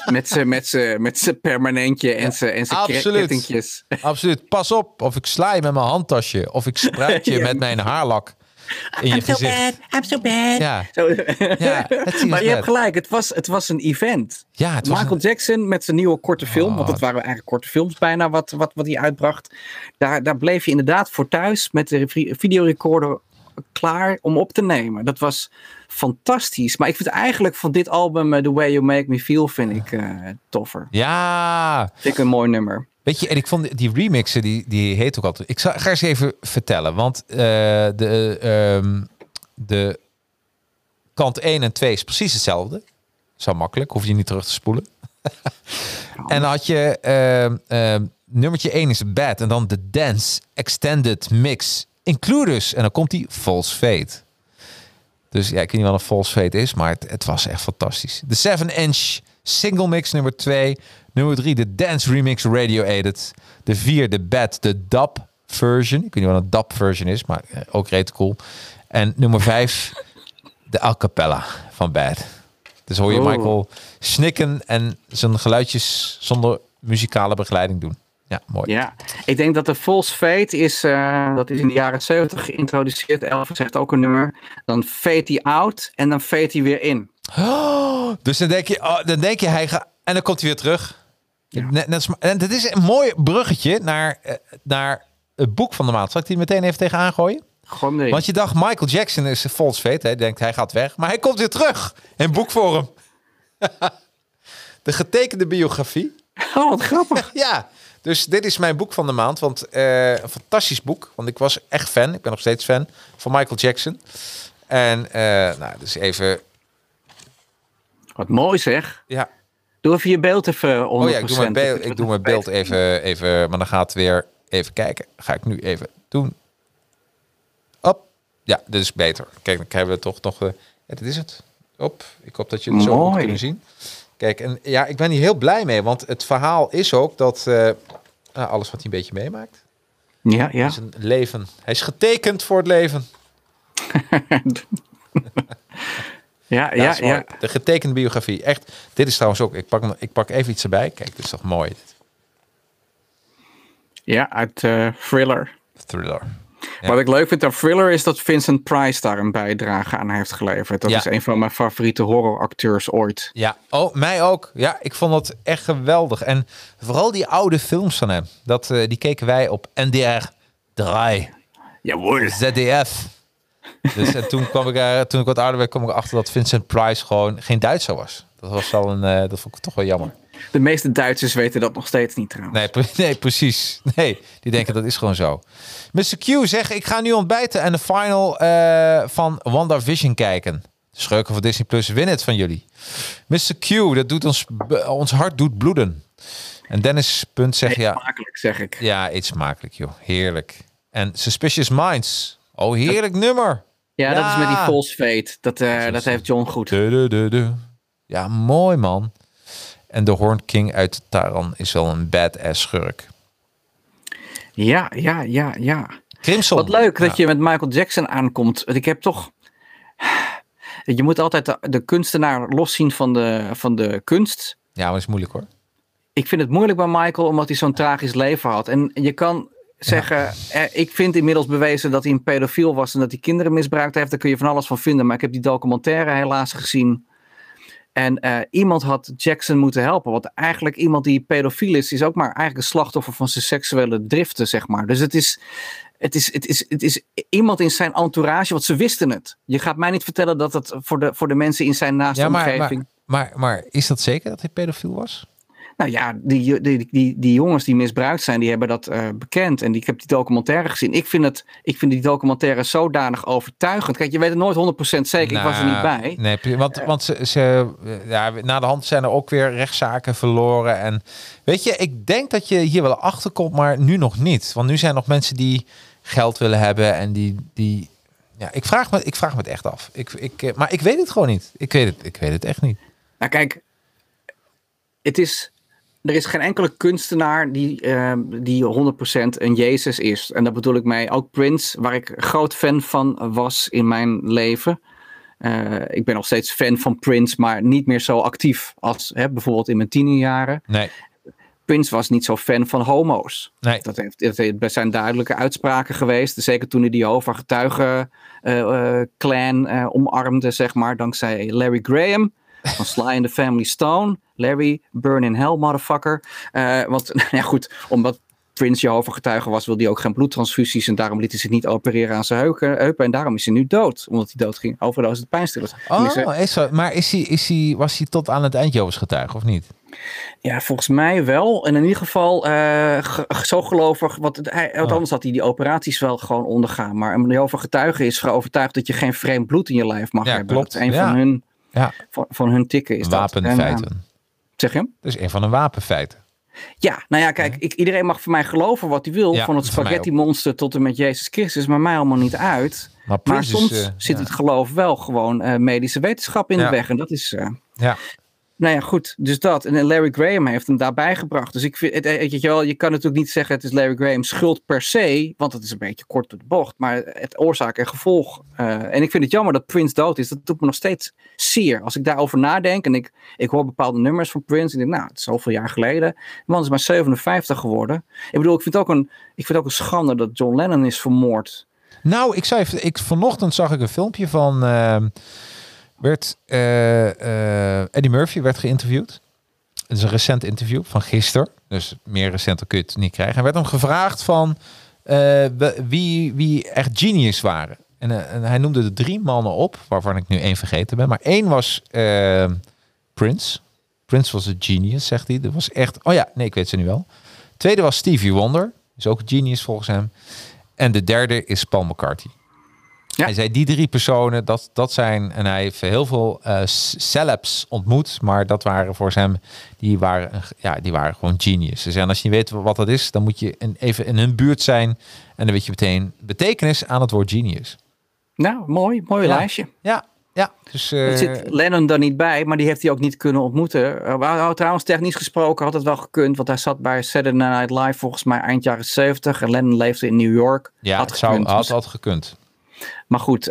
met z'n permanentje en zijn kettingjes. Absoluut. Pas op, of ik sla je met mijn handtasje, of ik spruit je met mijn haarlak in je gezicht. I'm so bad. Ja. Maar je hebt gelijk, het was een event. Ja, Michael Jackson met zijn nieuwe korte film, want het waren eigenlijk korte films bijna wat hij uitbracht. Daar bleef je inderdaad voor thuis met de videorecorder klaar om op te nemen. Dat was fantastisch. Maar ik vind eigenlijk van dit album The Way You Make Me Feel vind ik toffer. Ja. Vind ik een mooi nummer. Weet je, en ik vond die remixen, die heet ook altijd. Ik ga eens even vertellen, want de kant 1 en 2 is precies hetzelfde. Zo makkelijk, hoef je niet terug te spoelen. En dan had je nummertje 1 is Bad en dan de Dance Extended Mix Includus. En dan komt die False Fate. Dus ja, ik weet niet wat een False Fate is, maar het was echt fantastisch. De 7-inch single mix nummer 2. Nummer 3, de Dance Remix Radio Edit. De 4, de Bad, de dub version. Ik weet niet wat een dub version is, maar ook reet cool. En nummer 5, de a cappella van Bad. Dus hoor je Michael snikken en zijn geluidjes zonder muzikale begeleiding doen. Ja, mooi. Ja, ik denk dat de False Fate is, dat is in de jaren 70 geïntroduceerd. Elvis heeft ook een nummer. Dan fade hij out en dan fade hij weer in. Oh, dus dan denk je hij gaat en dan komt hij weer terug. Ja. En dat is een mooi bruggetje naar het boek van de maand. Zal ik die meteen even tegenaan gooien? Gooi hem erin. Want je dacht Michael Jackson is False Fate. Hij denkt hij gaat weg, maar hij komt weer terug in boekvorm. De getekende biografie. Oh, wat grappig. Ja. Dus dit is mijn boek van de maand. Want een fantastisch boek. Want ik was echt fan. Ik ben nog steeds fan van Michael Jackson. En dus even... Wat mooi zeg. Ja. Doe even je beeld even 100%. Oh ja, ik doe mijn beeld even. Maar dan gaat het weer even kijken. Ga ik nu even doen. Op. Ja, dit is beter. Kijk, dan krijgen we toch nog... Ja, dit is het. Op. Ik hoop dat je het zo goed kunnen zien. Kijk, en ja, ik ben hier heel blij mee. Want het verhaal is ook dat... alles wat hij een beetje meemaakt. Ja. Is een leven. Hij is getekend voor het leven. Ja. De getekende biografie. Echt. Dit is trouwens ook... Ik pak even iets erbij. Kijk, dit is toch mooi. Ja, uit Thriller. Thriller. Ja. Wat ik leuk vind aan Thriller is dat Vincent Price daar een bijdrage aan heeft geleverd. Dat is een van mijn favoriete horroracteurs ooit. Ja, oh, mij ook. Ja, ik vond dat echt geweldig. En vooral die oude films van hem. Die keken wij op NDR 3. Jawohl. ZDF. Dus en toen ik wat ouder werd, kwam ik erachter dat Vincent Price gewoon geen Duitser was. Dat was wel dat vond ik toch wel jammer. De meeste Duitsers weten dat nog steeds niet trouwens. Nee, precies. Nee, die denken dat is gewoon zo. Mr. Q zegt, ik ga nu ontbijten en de final van WandaVision kijken. De schurken van Disney Plus winnen het van jullie. Mr. Q, dat doet ons hart doet bloeden. En Dennis Punt zegt eet smakelijk, zeg ik. Ja, eet smakelijk, joh. Heerlijk. En Suspicious Minds. Oh, heerlijk nummer. Ja, dat is met die False Fate. Dat heeft John goed. Ja, mooi man. En de Horned King uit Taran is wel een badass schurk. Ja. Crimson. Wat leuk dat je met Michael Jackson aankomt. Ik heb toch... Je moet altijd de kunstenaar loszien van de kunst. Ja, maar dat is moeilijk hoor. Ik vind het moeilijk bij Michael, omdat hij zo'n tragisch leven had. En je kan zeggen, ik vind inmiddels bewezen dat hij een pedofiel was en dat hij kinderen misbruikt heeft. Daar kun je van alles van vinden. Maar ik heb die documentaire helaas gezien. En iemand had Jackson moeten helpen. Want eigenlijk iemand die pedofiel is ook maar eigenlijk een slachtoffer van zijn seksuele driften, zeg maar. Dus het is iemand in zijn entourage, want ze wisten het. Je gaat mij niet vertellen dat het voor de mensen in zijn naaste omgeving... Maar is dat zeker dat hij pedofiel was? Nou ja, die jongens die misbruikt zijn, die hebben dat bekend. En ik heb die documentaire gezien. Ik vind die documentaire zodanig overtuigend. Kijk, je weet het nooit 100% zeker. Ik was er niet bij. Nee, want ze na de hand zijn er ook weer rechtszaken verloren. En weet je, ik denk dat je hier wel achter komt, maar nu nog niet. Want nu zijn er nog mensen die geld willen hebben en die ja, ik vraag me het echt af. Maar ik weet het gewoon niet. Ik weet het echt niet. Nou kijk, er is geen enkele kunstenaar die 100% een Jezus is. En dat bedoel ik mee. Ook Prince, waar ik groot fan van was in mijn leven. Ik ben nog steeds fan van Prince, maar niet meer zo actief als bijvoorbeeld in mijn tienerjaren. Nee. Prince was niet zo fan van homo's. Nee. Dat zijn duidelijke uitspraken geweest. Zeker toen hij die Jehovah's Getuigen clan omarmde, zeg maar. Dankzij Larry Graham van Sly and the Family Stone. Larry, burn in hell, motherfucker. Want, ja goed, omdat Prince Jehovah's Getuige was, wilde hij ook geen bloedtransfusies. En daarom liet hij zich niet opereren aan zijn heupen. En daarom is hij nu dood. Omdat hij dood ging. Overdosis de pijnstillers. Is zo. Maar was hij tot aan het eind Jehovah's Getuige, of niet? Ja, volgens mij wel. En in ieder geval zo gelovig. Want anders had hij die operaties wel gewoon ondergaan. Maar een Jehovah's Getuige is overtuigd dat je geen vreemd bloed in je lijf mag hebben. Klopt. Dat is een van hun tikken is wapenfeiten. Dat. Zeg je hem? Dus een van de wapenfeiten. Ja, nou ja, kijk, iedereen mag van mij geloven wat hij wil. Van het spaghetti monster tot en met Jezus Christus. Maar mij allemaal niet uit. Maar soms zit het geloof wel gewoon medische wetenschap in de weg. En dat is... Nou ja, goed, dus dat. En Larry Graham heeft hem daarbij gebracht. Dus ik vind, je kan natuurlijk niet zeggen het is Larry Graham's schuld per se, want het is een beetje kort door de bocht, maar het oorzaak en gevolg. En ik vind het jammer dat Prince dood is. Dat doet me nog steeds zeer. Als ik daarover nadenk en ik hoor bepaalde nummers van Prince en ik denk, nou, het is zoveel jaar geleden. De man is maar 57 geworden. Ik bedoel, ik vind het ook een schande dat John Lennon is vermoord. Nou, vanochtend zag ik een filmpje van... Eddie Murphy werd geïnterviewd. Het is een recent interview van gisteren. Dus meer recent dan kun je het niet krijgen. En werd hem gevraagd van wie echt genius waren. En hij noemde de 3 mannen op, waarvan ik nu 1 vergeten ben. Maar 1 was Prince. Prince was een genius, zegt hij. Dat was echt... Oh ja, nee, ik weet ze nu wel. Tweede was Stevie Wonder. Is ook een genius volgens hem. En de derde is Paul McCartney. Ja. Hij zei die 3 personen, dat zijn... En hij heeft heel veel celebs ontmoet. Maar dat waren voor hem... Die waren gewoon geniuses. En als je niet weet wat dat is... Dan moet je even in hun buurt zijn. En dan weet je meteen betekenis aan het woord genius. Nou, mooi lijstje. Ja. Dus, er zit Lennon er niet bij, maar die heeft hij ook niet kunnen ontmoeten. Trouwens, technisch gesproken had het wel gekund. Want hij zat bij Saturday Night Live volgens mij eind jaren 70. En Lennon leefde in New York. Ja, had gekund. Maar goed,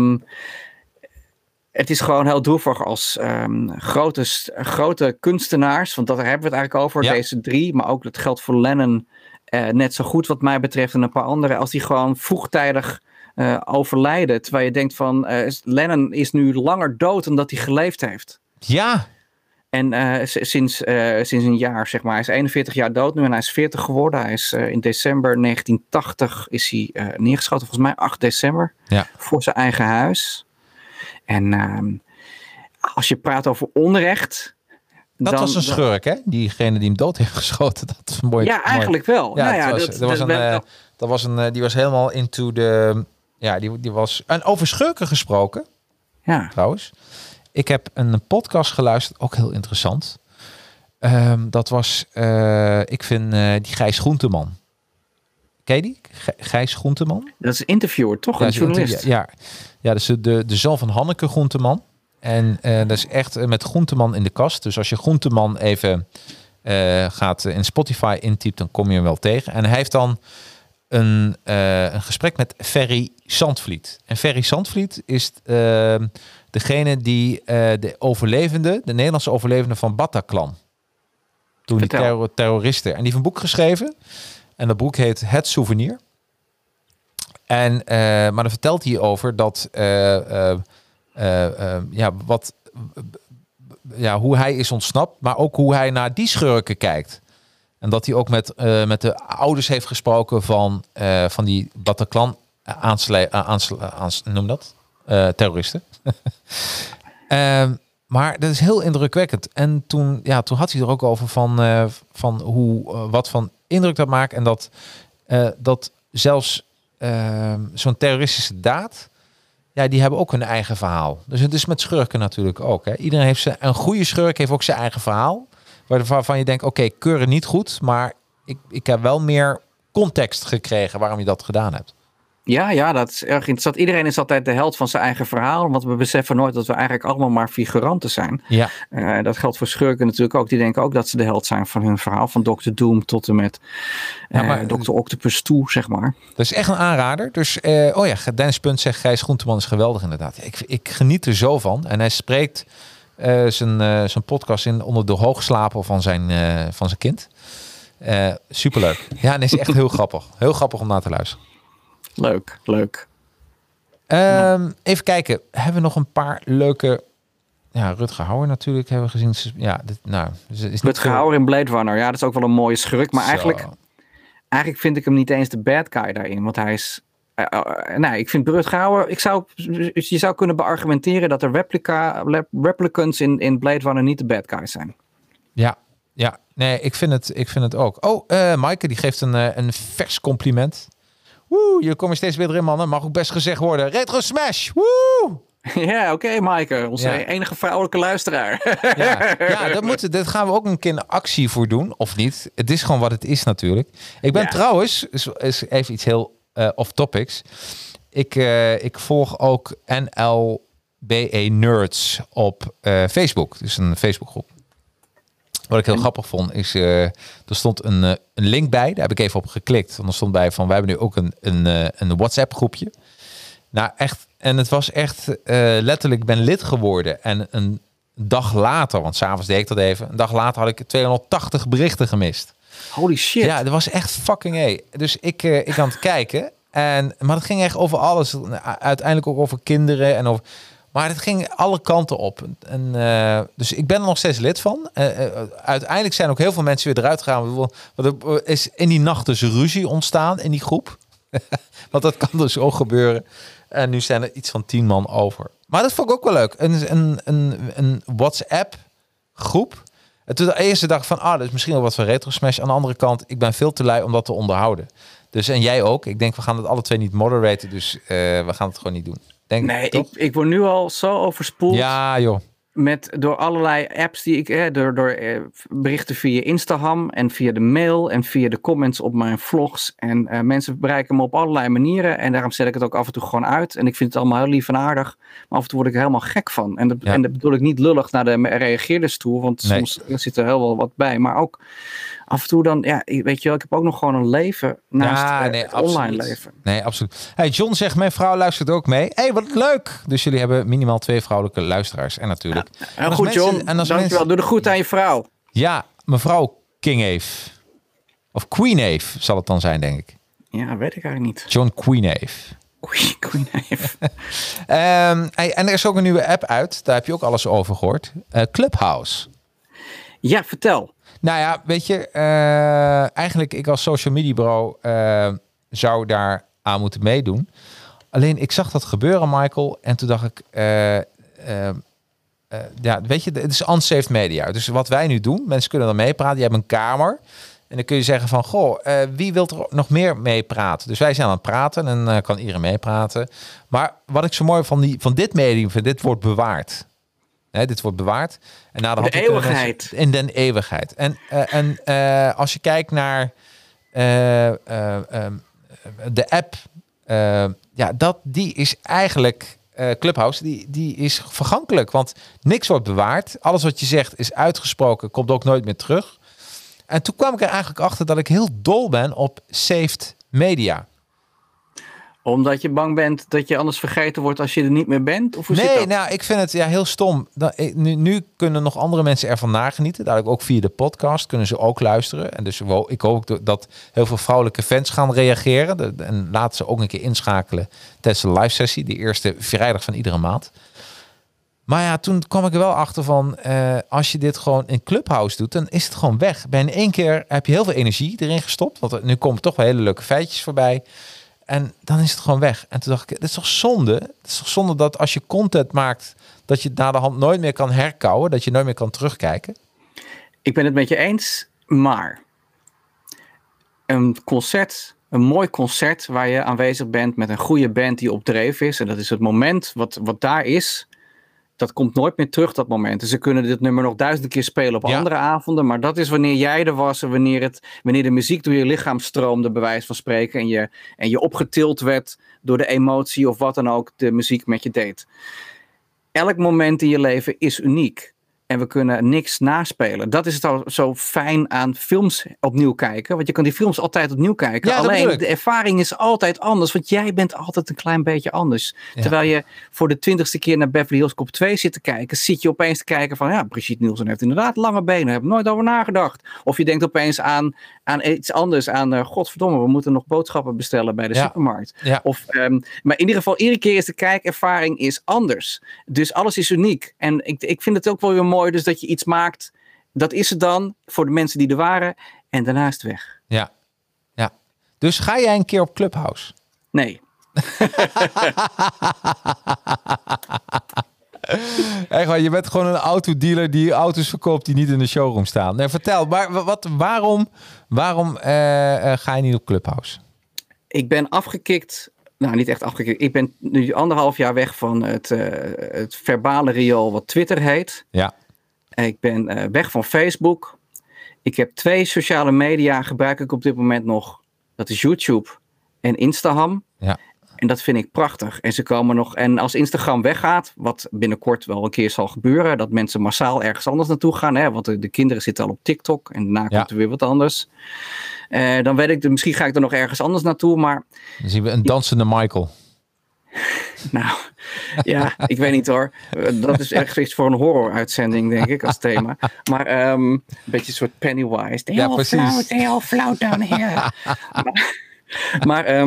het is gewoon heel droevig als grote kunstenaars, want daar hebben we het eigenlijk over, deze 3, maar ook dat geldt voor Lennon net zo goed wat mij betreft en een paar anderen, als die gewoon vroegtijdig overlijden, terwijl je denkt van Lennon is nu langer dood dan dat hij geleefd heeft. Ja. En sinds een jaar, zeg maar. Hij is 41 jaar dood nu en hij is 40 geworden. Hij is in december 1980 is hij neergeschoten. Volgens mij 8 december. Ja. Voor zijn eigen huis. En als je praat over onrecht... Dat was een schurk, hè? Diegene die hem dood heeft geschoten. Dat was een mooi... Ja, eigenlijk wel. Ja, die was helemaal into de... Ja, die was... En over schurken gesproken. Ja. Trouwens... Ik heb een podcast geluisterd, ook heel interessant. Dat was, ik vind die Gijs Groenteman. ken je die? Gijs Groenteman? Dat is een interviewer, toch? Een journalist. Ja, dus de zoon van Hanneke Groenteman. En dat is echt met Groenteman in de kast. Dus als je Groenteman even gaat in Spotify intypt, dan kom je hem wel tegen. En hij heeft dan een gesprek met Ferry Zandvliet. En Ferry Zandvliet is degene die de Nederlandse overlevende van Bataclan. Toen die terroristen. En die heeft een boek geschreven. En dat boek heet Het Souvenir. En maar dan vertelt hij over dat hoe hij is ontsnapt, maar ook hoe hij naar die schurken kijkt. En dat hij ook met de ouders heeft gesproken van die Bataclan noem dat? Terroristen. Maar dat is heel indrukwekkend. En toen had hij er ook over van wat van indruk dat maakt. En dat zelfs zo'n terroristische daad, ja, die hebben ook hun eigen verhaal. Dus het is met schurken natuurlijk ook. Hè. Iedereen heeft een goede schurk heeft ook zijn eigen verhaal. Waarvan je denkt, oké, keuren niet goed. Maar ik heb wel meer context gekregen waarom je dat gedaan hebt. Ja, dat is erg interessant. Iedereen is altijd de held van zijn eigen verhaal. Want we beseffen nooit dat we eigenlijk allemaal maar figuranten zijn. Ja. Dat geldt voor schurken natuurlijk ook. Die denken ook dat ze de held zijn van hun verhaal. Van Dr. Doom tot en met Dr. Octopus toe, zeg maar. Dat is echt een aanrader. Dus, Dennis Punt zegt, Gijs Groenteman is geweldig inderdaad. Ik geniet er zo van. En hij spreekt zijn podcast in onder de hoogslaper van zijn kind. Superleuk. Ja, en is echt heel grappig. Heel grappig om naar te luisteren. Leuk. Even kijken. Hebben we nog een paar leuke... Ja, Rutger Hauer natuurlijk hebben we gezien. Ja, Rutger Hauer in Blade Runner. Ja, dat is ook wel een mooie schurk. Maar eigenlijk vind ik hem niet eens de bad guy daarin. Want hij is... ik vind Rutger Hauer... Je zou kunnen beargumenteren dat er replicants in Blade Runner niet de bad guys zijn. Ja. Nee, ik vind het ook. Oh, Maaike die geeft een vers compliment. Woe, je komt steeds weer erin, mannen. Mag ook best gezegd worden. Retro Smash! Woe! Ja, oké, Maaike. Onze enige vrouwelijke luisteraar. Dat gaan we ook een keer in actie voor doen. Of niet. Het is gewoon wat het is natuurlijk. Ik ben trouwens... Is even iets heel off-topics. Ik volg ook NLBE Nerds op Facebook. Dus een Facebookgroep. Wat ik heel grappig vond is, er stond een link bij. Daar heb ik even op geklikt. Want er stond bij van, wij hebben nu ook een WhatsApp groepje. Nou echt, en het was echt letterlijk, ik ben lid geworden. En een dag later, want s'avonds deed ik dat even. Een dag later had ik 280 berichten gemist. Holy shit. Ja, dat was echt fucking Dus ik aan het kijken. Maar het ging echt over alles. Uiteindelijk ook over kinderen en over... Maar het ging alle kanten op. Dus ik ben er nog steeds lid van. Uiteindelijk zijn ook heel veel mensen weer eruit gegaan. Er is in die nacht dus ruzie ontstaan in die groep. Want dat kan dus ook gebeuren. En nu zijn er iets van 10 man over. Maar dat vond ik ook wel leuk. Een WhatsApp groep. En toen de eerste dag van, dat is misschien wel wat van Retro Smash. Aan de andere kant, ik ben veel te lui om dat te onderhouden. Dus en jij ook. Ik denk, we gaan het alle twee niet moderaten. Dus we gaan het gewoon niet doen. Ik word nu al zo overspoeld. Ja, joh. Door allerlei apps die ik... Door berichten via Instagram en via de mail en via de comments op mijn vlogs. En mensen bereiken me op allerlei manieren. En daarom zet ik het ook af en toe gewoon uit. En ik vind het allemaal heel lief en aardig. Maar af en toe word ik er helemaal gek van. En dat bedoel ik niet lullig naar de reageerders toe. Want soms zit er heel wel wat bij. Maar ook... Af en toe dan, weet je wel, ik heb ook nog gewoon een leven naast het online leven. Nee, absoluut. Hey, John zegt, mijn vrouw luistert ook mee. Hey, wat leuk! Dus jullie hebben minimaal 2 vrouwelijke luisteraars. En natuurlijk. Heel goed, John. Dankjewel. Doe de groet aan je vrouw. Ja, mevrouw King Eve. Of Queen Eve zal het dan zijn, denk ik. Ja, weet ik eigenlijk niet. John Queen Eve. Queen Eve. En er is ook een nieuwe app uit. Daar heb je ook alles over gehoord. Clubhouse. Ja, vertel. Nou ja, weet je, eigenlijk ik als social media bureau zou daar aan moeten meedoen. Alleen ik zag dat gebeuren, Michael. En toen dacht ik, weet je, het is unsafe media. Dus wat wij nu doen, mensen kunnen er meepraten. Je hebt een kamer. En dan kun je zeggen van, wie wil er nog meer meepraten? Dus wij zijn aan het praten en kan iedereen meepraten. Maar wat ik zo mooi van dit medium vind, dit wordt bewaard. Dit wordt bewaard. En na de eeuwigheid. In den eeuwigheid. En als je kijkt naar de app, die is eigenlijk... Clubhouse, die is vergankelijk. Want niks wordt bewaard. Alles wat je zegt is uitgesproken, komt ook nooit meer terug. En toen kwam ik er eigenlijk achter dat ik heel dol ben op saved media. Omdat je bang bent dat je anders vergeten wordt als je er niet meer bent? Of hoe zit dat? Nou, ik vind het heel stom. Nu kunnen nog andere mensen ervan nagenieten. Dadelijk ook via de podcast kunnen ze ook luisteren. En dus ik hoop dat heel veel vrouwelijke fans gaan reageren. En laten ze ook een keer inschakelen tijdens de live sessie. De eerste vrijdag van iedere maand. Maar ja, toen kwam ik er wel achter van... als je dit gewoon in Clubhouse doet, dan is het gewoon weg. In één keer heb je heel veel energie erin gestopt. Want nu komen toch wel hele leuke feitjes voorbij. En dan is het gewoon weg. En toen dacht ik, dat is toch zonde? Het is toch zonde dat als je content maakt... dat je het na de hand nooit meer kan herkauwen. Dat je nooit meer kan terugkijken. Ik ben het met je eens, maar... een mooi concert waar je aanwezig bent... met een goede band die op dreef is... en dat is het moment wat daar is... dat komt nooit meer terug, dat moment. Dus ze kunnen dit nummer nog 1000 keer spelen op andere avonden. Maar dat is wanneer jij er was en wanneer de muziek door je lichaam stroomde, bij wijze van spreken. En je opgetild werd door de emotie of wat dan ook de muziek met je deed. Elk moment in je leven is uniek. En we kunnen niks naspelen. Dat is het zo fijn aan films opnieuw kijken. Want je kan die films altijd opnieuw kijken. Ja, alleen de ervaring is altijd anders. Want jij bent altijd een klein beetje anders. Ja. Terwijl je voor de 20ste keer naar Beverly Hills Cop 2 zit te kijken. Zit je opeens te kijken van... ja, Brigitte Nielsen heeft inderdaad lange benen. Daar heb ik nooit over nagedacht. Of je denkt opeens aan iets anders. Aan godverdomme, we moeten nog boodschappen bestellen bij de supermarkt. Ja. Maar in ieder geval, iedere keer is de kijkervaring is anders. Dus alles is uniek. En ik vind het ook wel weer mooi. Dus dat je iets maakt, dat is het dan voor de mensen die er waren en daarna is het weg. Ja. Dus ga jij een keer op Clubhouse? Nee. Echt waar, je bent gewoon een autodealer die auto's verkoopt die niet in de showroom staan. Nee, vertel, maar waarom ga je niet op Clubhouse? Ik ben afgekikt. Nou, niet echt afgekikt. Ik ben nu 1,5 jaar weg van het verbale riool wat Twitter heet. Ja. Ik ben weg van Facebook. Ik heb 2 sociale media gebruik ik op dit moment nog. Dat is YouTube en Instagram. Ja. En dat vind ik prachtig. En ze komen nog. En als Instagram weggaat, wat binnenkort wel een keer zal gebeuren, dat mensen massaal ergens anders naartoe gaan. Hè, want de kinderen zitten al op TikTok en daarna komt er weer wat anders. Dan weet ik, misschien ga ik er nog ergens anders naartoe. Maar dan zien we een dansende Michael. Nou, ja, ik weet niet hoor. Dat is echt iets voor een horror-uitzending, denk ik, als thema. Maar een beetje een soort Pennywise. They all float down here. Maar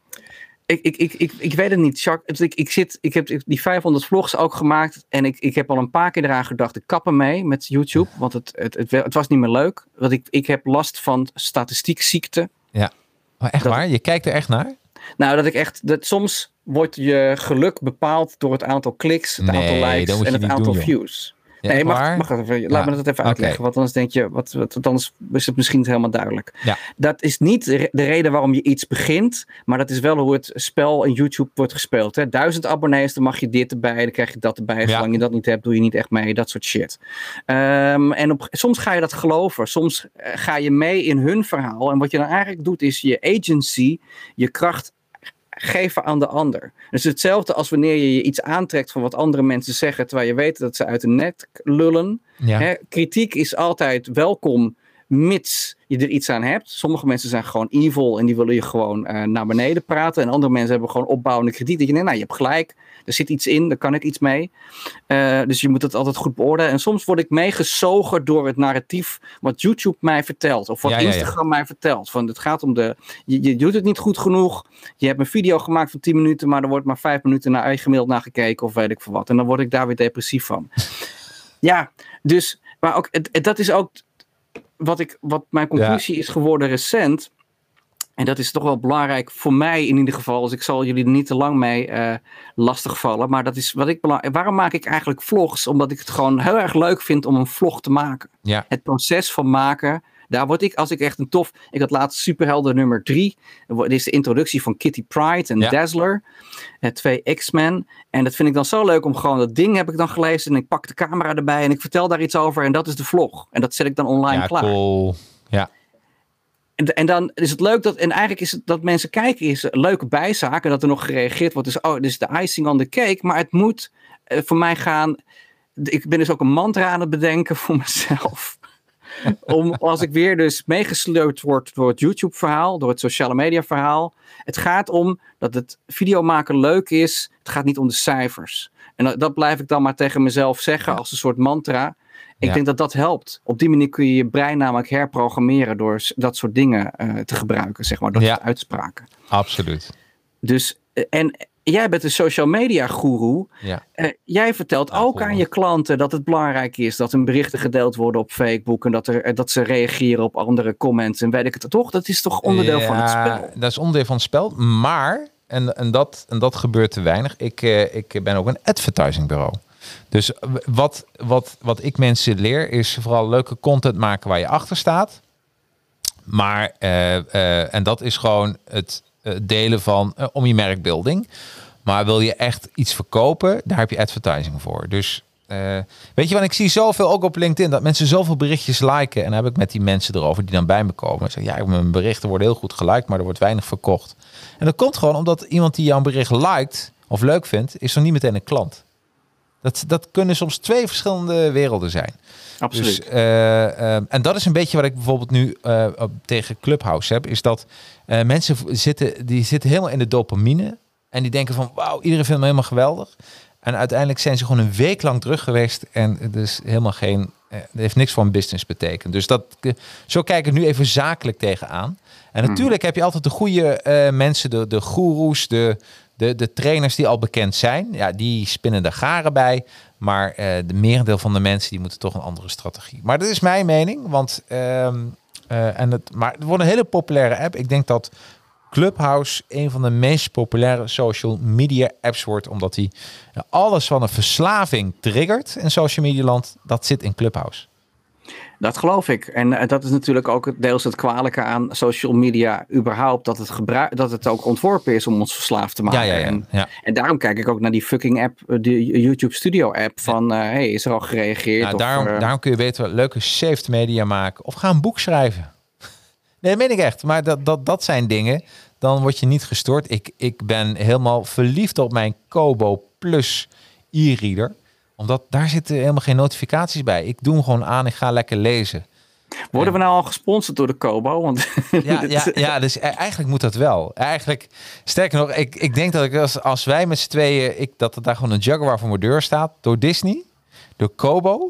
ik weet het niet, Jacques. Ik heb die 500 vlogs ook gemaakt. En ik heb al een paar keer eraan gedacht. Ik kap ermee met YouTube. Want het was niet meer leuk. Want ik heb last van statistiekziekte. Ja, maar echt waar? Je kijkt er echt naar? Nou, soms wordt je geluk bepaald door het aantal kliks, het aantal likes en het aantal views. Ja, nee, mag even, laat me dat even uitleggen. Want anders denk je, anders is het misschien niet helemaal duidelijk. Ja. Dat is niet de reden waarom je iets begint, maar dat is wel hoe het spel in YouTube wordt gespeeld. Hè. 1000 abonnees, dan mag je dit erbij, dan krijg je dat erbij. Zolang je dat niet hebt, doe je niet echt mee, dat soort shit. Soms ga je dat geloven, soms ga je mee in hun verhaal. En wat je dan eigenlijk doet, is je agency, je kracht geven aan de ander. Dus hetzelfde als wanneer je iets aantrekt van wat andere mensen zeggen, terwijl je weet dat ze uit de net lullen. Ja. Hè, kritiek is altijd welkom, mits je er iets aan hebt. Sommige mensen zijn gewoon evil en die willen je gewoon naar beneden praten. En andere mensen hebben gewoon opbouwende kritiek. Dat je denkt, nou, je hebt gelijk. Er zit iets in, daar kan ik iets mee. Dus je moet het altijd goed beoordelen. En soms word ik meegezogen door het narratief wat YouTube mij vertelt. Of wat Instagram mij vertelt. Van, het gaat om je doet het niet goed genoeg. Je hebt een video gemaakt van 10 minuten, maar er wordt maar 5 minuten naar gemiddeld naar gekeken. Of weet ik veel wat. En dan word ik daar weer depressief van. Ja, dus, maar ook, dat is ook wat mijn conclusie is geworden recent. En dat is toch wel belangrijk voor mij in ieder geval. Dus ik zal jullie er niet te lang mee lastigvallen. Maar dat is wat ik belangrijk. Waarom maak ik eigenlijk vlogs? Omdat ik het gewoon heel erg leuk vind om een vlog te maken. Ja. Het proces van maken. Daar word ik, als ik echt ik had laatst Superhelden nummer 3. Dit is de introductie van Kitty Pryde en Dazzler. 2 X-Men. En dat vind ik dan zo leuk om gewoon, dat ding heb ik dan gelezen. En ik pak de camera erbij en ik vertel daar iets over. En dat is de vlog. En dat zet ik dan online klaar. Cool. Ja. En dan is het leuk en eigenlijk is het dat mensen kijken, is een leuke bijzaak en dat er nog gereageerd wordt. Dus, dit is de icing on the cake. Maar het moet voor mij gaan. Ik ben dus ook een mantra aan het bedenken voor mezelf. Als ik weer dus meegesleurd word door het YouTube-verhaal, door het sociale media-verhaal. Het gaat om dat het videomaken leuk is. Het gaat niet om de cijfers. En dat blijf ik dan maar tegen mezelf zeggen als een soort mantra. Ik denk dat dat helpt. Op die manier kun je je brein namelijk herprogrammeren door dat soort dingen te gebruiken, zeg maar, door soort uitspraken. Absoluut. Dus, en jij bent een social media goeroe. Ja. Jij vertelt ook aan je klanten dat het belangrijk is dat hun berichten gedeeld worden op Facebook en dat ze reageren op andere comments en weet ik het toch? Dat is toch onderdeel van het spel? Dat is onderdeel van het spel, maar, en dat gebeurt te weinig, ik ben ook een advertisingbureau. Dus wat ik mensen leer is vooral leuke content maken waar je achter staat. Maar, en dat is gewoon het delen van om je merkbuilding. Maar wil je echt iets verkopen, daar heb je advertising voor. Dus weet je, want ik zie zoveel ook op LinkedIn dat mensen zoveel berichtjes liken. En dan heb ik met die mensen erover die dan bij me komen. Zeg, ja, mijn berichten worden heel goed geliked, maar er wordt weinig verkocht. En dat komt gewoon omdat iemand die jouw bericht liked of leuk vindt, is nog niet meteen een klant. Dat kunnen soms 2 verschillende werelden zijn. Absoluut. Dus, en dat is een beetje wat ik bijvoorbeeld nu tegen Clubhouse heb. Is dat mensen zitten helemaal in de dopamine. En die denken van, wauw, iedereen vindt me helemaal geweldig. En uiteindelijk zijn ze gewoon een week lang terug geweest. En het is helemaal het heeft niks voor een business betekend. Dus zo kijk ik nu even zakelijk tegenaan. En natuurlijk heb je altijd de goede mensen, de goeroes, de trainers die al bekend zijn. Ja, die spinnen de garen bij. Maar de merendeel van de mensen die moeten toch een andere strategie. Maar dat is mijn mening. Want maar het wordt een hele populaire app. Ik denk dat Clubhouse een van de meest populaire social media apps wordt. Omdat die alles van een verslaving triggert in social media land. Dat zit in Clubhouse. Dat geloof ik. En dat is natuurlijk ook deels het kwalijke aan social media überhaupt. Dat het ook ontworpen is om ons verslaafd te maken. Ja. En daarom kijk ik ook naar die fucking app, de YouTube Studio app. Van, is er al gereageerd? Nou, daarom kun je beter leuke saved media maken. Of ga een boek schrijven. Nee, dat meen ik echt. Maar dat zijn dingen. Dan word je niet gestoord. Ik ben helemaal verliefd op mijn Kobo Plus e-reader. Omdat daar zitten helemaal geen notificaties bij. Ik doe hem gewoon aan, ik ga lekker lezen. Worden we nou al gesponsord door de Kobo? Want ja, dus eigenlijk moet dat wel. Eigenlijk, sterker nog, ik denk dat als wij met z'n tweeën, dat er daar gewoon een Jaguar voor mijn deur staat. Door Disney, door Kobo.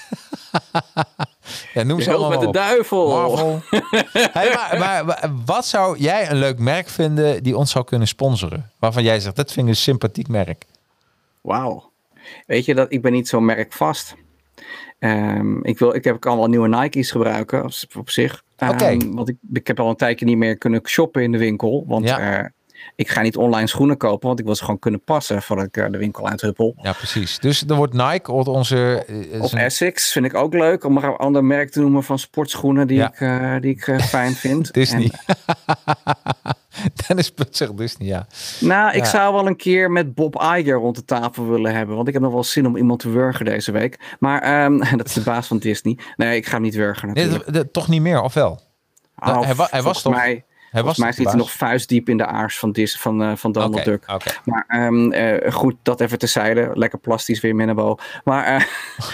Ja, noem ze allemaal met de op. duivel. Marvel. Hey, maar wat zou jij een leuk merk vinden die ons zou kunnen sponsoren? Waarvan jij zegt, dat vind ik een sympathiek merk. Wauw. Weet je, ik ben niet zo merkvast. Ik heb ook allemaal nieuwe Nike's gebruiken op zich. Want ik heb al een tijdje niet meer kunnen shoppen in de winkel. Want ik ga niet online schoenen kopen, want ik wil ze gewoon kunnen passen voordat ik de winkel uithuppel. Ja, precies. Dus er wordt Nike of onze... Of Essex vind ik ook leuk, om maar een ander merk te noemen van sportschoenen die ik fijn vind. Disney. Dennis Put zegt Disney, ja. Nou, ik zou wel een keer met Bob Iger rond de tafel willen hebben, want ik heb nog wel zin om iemand te wurgen deze week. Maar dat is de baas van Disney. Nee, ik ga hem niet wurgen natuurlijk. Nee, toch niet meer, of wel? Hij was toch... Volgens mij zit hij nog vuistdiep in de aars van Donald Duck. Okay. Maar goed, dat even terzijde. Lekker plastisch weer Minnebo. Maar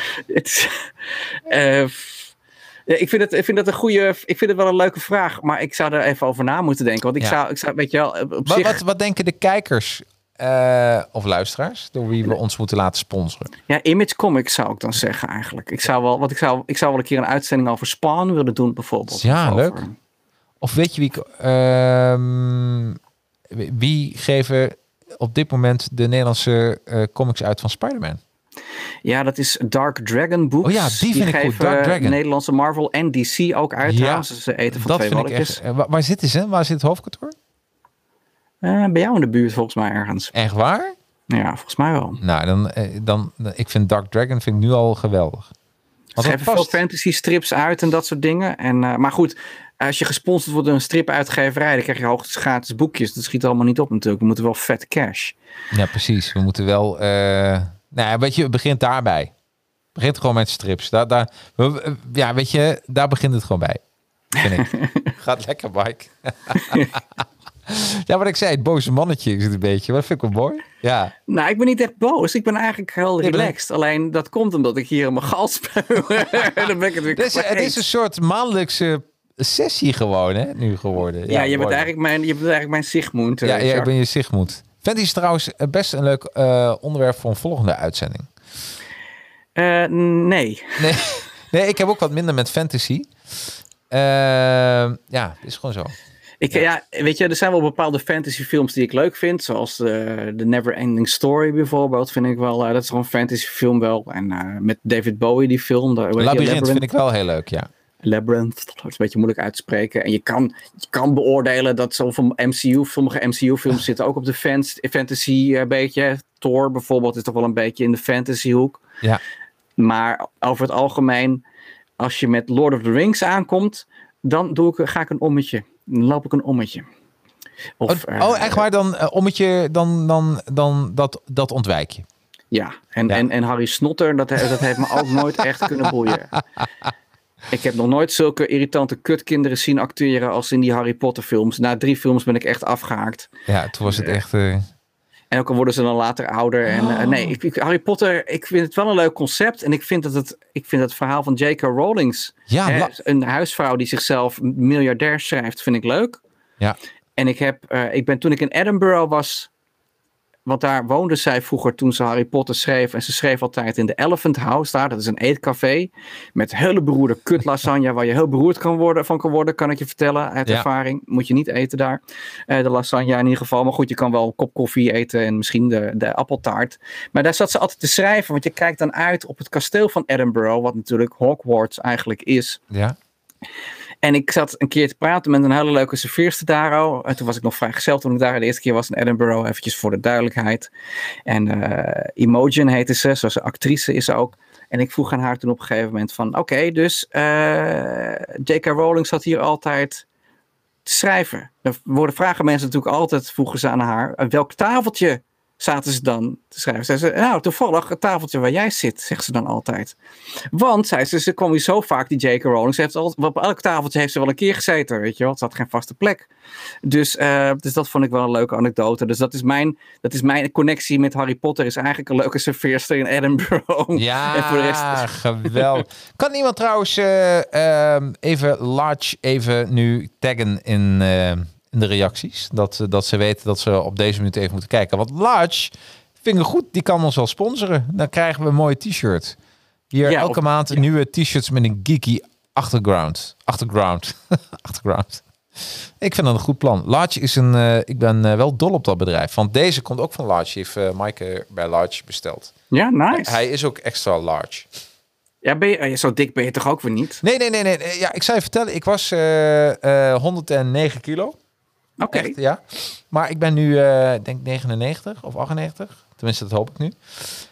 ik vind het een goede. Ik vind het wel een leuke vraag. Maar ik zou er even over na moeten denken. Want ik zou weet je wel. Wat denken de kijkers of luisteraars door wie we ons moeten laten sponsoren? Ja, Image Comics zou ik dan zeggen eigenlijk. Ik zou wel een keer een uitzending over Spawn willen doen bijvoorbeeld. Ja, leuk. Of weet je wie geven op dit moment de Nederlandse comics uit van Spider-Man? Ja, dat is Dark Dragon Books. Oh ja, die vind ik goed. Dark Dragon. Nederlandse Marvel en DC ook uit trouwens. Dus ze eten van dat 2 walletjes. Waar zitten ze? Waar zit het hoofdkantoor? Bij jou in de buurt volgens mij ergens. Echt waar? Ja, volgens mij wel. Nou, dan ik vind Dark Dragon nu al geweldig. Ze geven veel fantasy strips uit en dat soort dingen. Maar goed, als je gesponsord wordt door een stripuitgeverij, dan krijg je hoogstens gratis boekjes. Dat schiet allemaal niet op natuurlijk. We moeten wel vet cash. Ja, precies. We moeten wel... weet je, het begint daarbij. Het begint gewoon met strips. Weet je, daar begint het gewoon bij. vind ik. Gaat lekker, Mike. Ja, wat ik zei, het boze mannetje is het een beetje. Wat vind ik wel mooi. Ja. Nou, ik ben niet echt boos. Ik ben eigenlijk heel relaxed. Alleen dat komt omdat ik hier in mijn gal speel. Dan ben ik het weer kwijt. Het is een soort maandelijkse sessie gewoon, hè? Nu geworden. Ja, je bent eigenlijk mijn Sigmund. Ja, ik ben je Sigmund. Fantasy is trouwens best een leuk onderwerp voor een volgende uitzending. Nee. Nee, ik heb ook wat minder met fantasy. Ja, het is gewoon zo. Weet je, er zijn wel bepaalde fantasyfilms die ik leuk vind. Zoals de Never Ending Story bijvoorbeeld. Vind ik wel, dat is gewoon een fantasyfilm wel. En met David Bowie die film. Labyrinth vind ik wel heel leuk, ja. Labyrinth, dat is een beetje moeilijk uit te spreken. En je kan beoordelen dat sommige MCU-films zitten ook op de fantasy een beetje. Thor bijvoorbeeld is toch wel een beetje in de fantasyhoek. Ja. Maar over het algemeen, als je met Lord of the Rings aankomt, dan ga ik een ommetje. Dan loop ik een ommetje. Echt waar? Dan ommetje, dan dat ontwijk je. Ja, en Harry Snotter, dat heeft me ook nooit echt kunnen boeien. Ik heb nog nooit zulke irritante kutkinderen zien acteren als in die Harry Potter films. Na 3 films ben ik echt afgehaakt. Ja, toen was het echt... En ook al worden ze dan later ouder. En, nee, Harry Potter, ik vind het wel een leuk concept. En ik vind het verhaal van J.K. Rowling, een huisvrouw die zichzelf miljardair schrijft, vind ik leuk. Ja. En toen ik in Edinburgh was, want daar woonde zij vroeger toen ze Harry Potter schreef. En ze schreef altijd in de Elephant House daar. Dat is een eetcafé met hele beroerde kutlasagne waar je heel beroerd kan worden, kan ik je vertellen uit ervaring. Moet je niet eten daar. De lasagne in ieder geval. Maar goed, je kan wel een kop koffie eten en misschien de appeltaart. Maar daar zat ze altijd te schrijven. Want je kijkt dan uit op het kasteel van Edinburgh. Wat natuurlijk Hogwarts eigenlijk is. Ja. En ik zat een keer te praten met een hele leuke serveerster daar. En toen was ik nog vrijgezel toen ik daar de eerste keer was in Edinburgh. Eventjes voor de duidelijkheid. En Imogen heette ze. Zoals een actrice is ze ook. En ik vroeg aan haar toen op een gegeven moment van... Oké, dus J.K. Rowling zat hier altijd te schrijven. Vragen mensen natuurlijk altijd, vroegen ze aan haar... welk tafeltje zaten ze dan te schrijven? Zei ze, nou, toevallig het tafeltje waar jij zit, zegt ze dan altijd. Want, zei ze kwam hier zo vaak, die J.K. Rowling. Ze heeft op elk tafeltje heeft ze wel een keer gezeten, weet je wel. Ze had geen vaste plek. Dus dat vond ik wel een leuke anekdote. Dus dat is mijn connectie met Harry Potter. Is eigenlijk een leuke serveerster in Edinburgh. Ja, en voor de rest... geweldig. Kan iemand trouwens even Large even nu taggen in de reacties? Dat ze weten dat ze op deze minuut even moeten kijken. Want Large, vind ik goed, die kan ons wel sponsoren. Dan krijgen we een mooie t-shirt. Hier elke maand nieuwe t-shirts met een geeky achtergrond. Ik vind dat een goed plan. Large is ik ben wel dol op dat bedrijf. Want deze komt ook van Large. Heeft Maaike bij Large besteld. Ja, nice. Hij is ook extra large. Ja, zo dik ben je toch ook weer niet? Nee. Ja, ik zou je vertellen, ik was 109 kilo. Oké. Echt, ja. Maar ik ben nu, denk 99 of 98. Tenminste, dat hoop ik nu.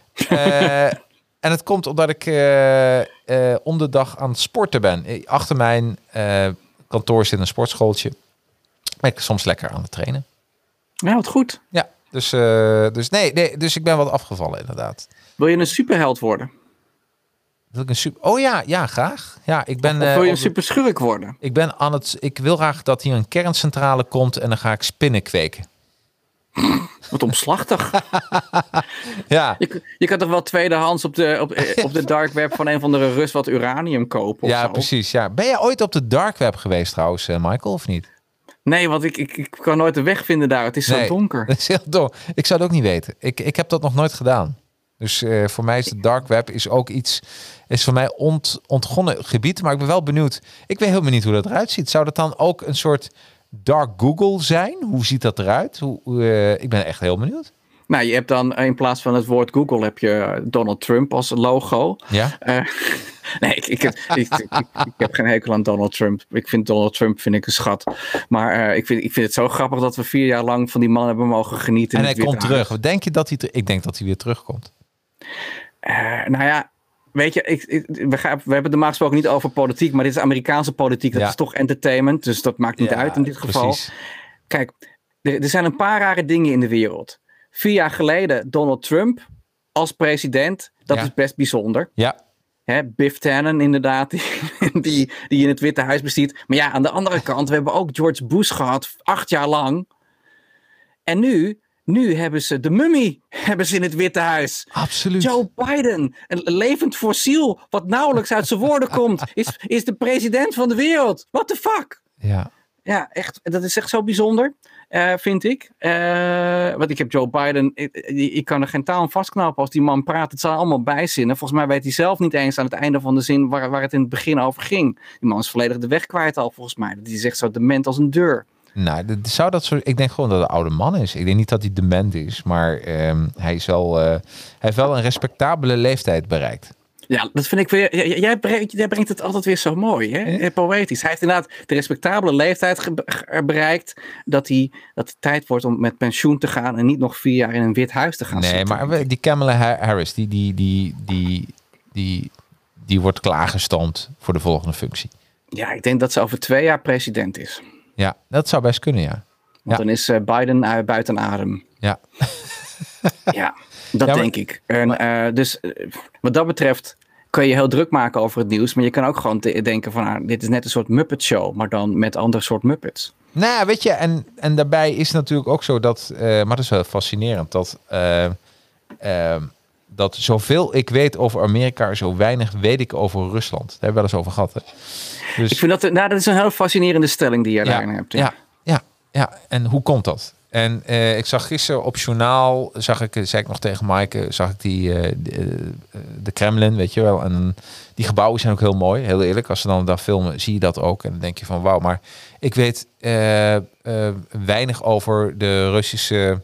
En het komt omdat ik om de dag aan het sporten ben. Achter mijn kantoor zit een sportschooltje. Ben ik soms lekker aan het trainen. Ja, wat goed. Ja, dus ik ben wat afgevallen inderdaad. Wil je een superheld worden? Wil ik ja, graag. Ja, ik ben. Of wil je een superschurk worden? Ik wil graag dat hier een kerncentrale komt en dan ga ik spinnen kweken. Wat omslachtig. Ja. Je kan toch wel tweedehands op de dark web van een van de Rus wat uranium kopen? Ja, zo? precies. Ja. Ben jij ooit op de dark web geweest trouwens, Michael, of niet? Nee, want ik kan nooit de weg vinden daar. Het is zo donker. Het is heel donker. Ik zou het ook niet weten. Ik heb dat nog nooit gedaan. Dus voor mij is de dark web is voor mij ontgonnen gebied. Maar ik ben wel benieuwd. Ik ben heel benieuwd hoe dat eruit ziet. Zou dat dan ook een soort dark Google zijn? Hoe ziet dat eruit? Ik ben echt heel benieuwd. Nou, je hebt dan in plaats van het woord Google heb je Donald Trump als logo. Ja? Nee, ik heb geen hekel aan Donald Trump. Ik vind Donald Trump een schat. Maar ik vind het zo grappig dat we 4 jaar lang van die man hebben mogen genieten. En hij komt terug. Wat denk je dat hij ik denk dat hij weer terugkomt. Nou ja, weet je, we hebben het normaal gesproken niet over politiek, maar dit is Amerikaanse politiek. Dat is toch entertainment, dus dat maakt niet uit in dit geval. Precies. Kijk, er zijn een paar rare dingen in de wereld. 4 jaar geleden Donald Trump als president, dat is best bijzonder. Ja. Biff Tannen inderdaad, die in het Witte Huis bestiert. Maar ja, aan de andere kant, we hebben ook George Bush gehad, 8 jaar lang. En nu hebben ze de mummie in het Witte Huis. Absoluut. Joe Biden, een levend fossiel, wat nauwelijks uit zijn woorden komt, is de president van de wereld. What the fuck? Ja. Ja, echt, dat is echt zo bijzonder, vind ik. Want ik heb Joe Biden, ik kan er geen taal aan vastknappen als die man praat. Het zijn allemaal bijzinnen. Volgens mij weet hij zelf niet eens aan het einde van de zin waar het in het begin over ging. Die man is volledig de weg kwijt al, volgens mij. Die is echt zo dement als een deur. Nou, ik denk gewoon dat het een oude man is. Ik denk niet dat hij dement is, maar hij heeft wel een respectabele leeftijd bereikt. Ja, dat vind ik weer. Jij brengt het altijd weer zo mooi, hè? Ja. Poëtisch. Hij heeft inderdaad de respectabele leeftijd bereikt dat de tijd wordt om met pensioen te gaan en niet nog 4 jaar in een wit huis te gaan zitten. Nee, maar die Kamala Harris, die wordt klaargestoomd voor de volgende functie. Ja, ik denk dat ze over 2 jaar president is. Ja, dat zou best kunnen, ja. Want dan is Biden buiten adem. Ja. Ja, dat denk ik. En, dus wat dat betreft kun je heel druk maken over het nieuws. Maar je kan ook gewoon denken van, dit is net een soort Muppet Show. Maar dan met ander soort Muppets. Nou, weet je, en daarbij is het natuurlijk ook zo dat, maar dat is wel fascinerend, dat zoveel ik weet over Amerika, zo weinig weet ik over Rusland. Daar hebben we wel eens over gehad. Hè? Dus, ik vind dat is een heel fascinerende stelling die je daarin hebt. Ja. En hoe komt dat? En ik zag gisteren op journaal, zei ik nog tegen Maaike, zag ik de Kremlin, weet je wel. En die gebouwen zijn ook heel mooi, heel eerlijk. Als ze dan daar filmen, zie je dat ook. En dan denk je van wauw, maar ik weet weinig over de Russische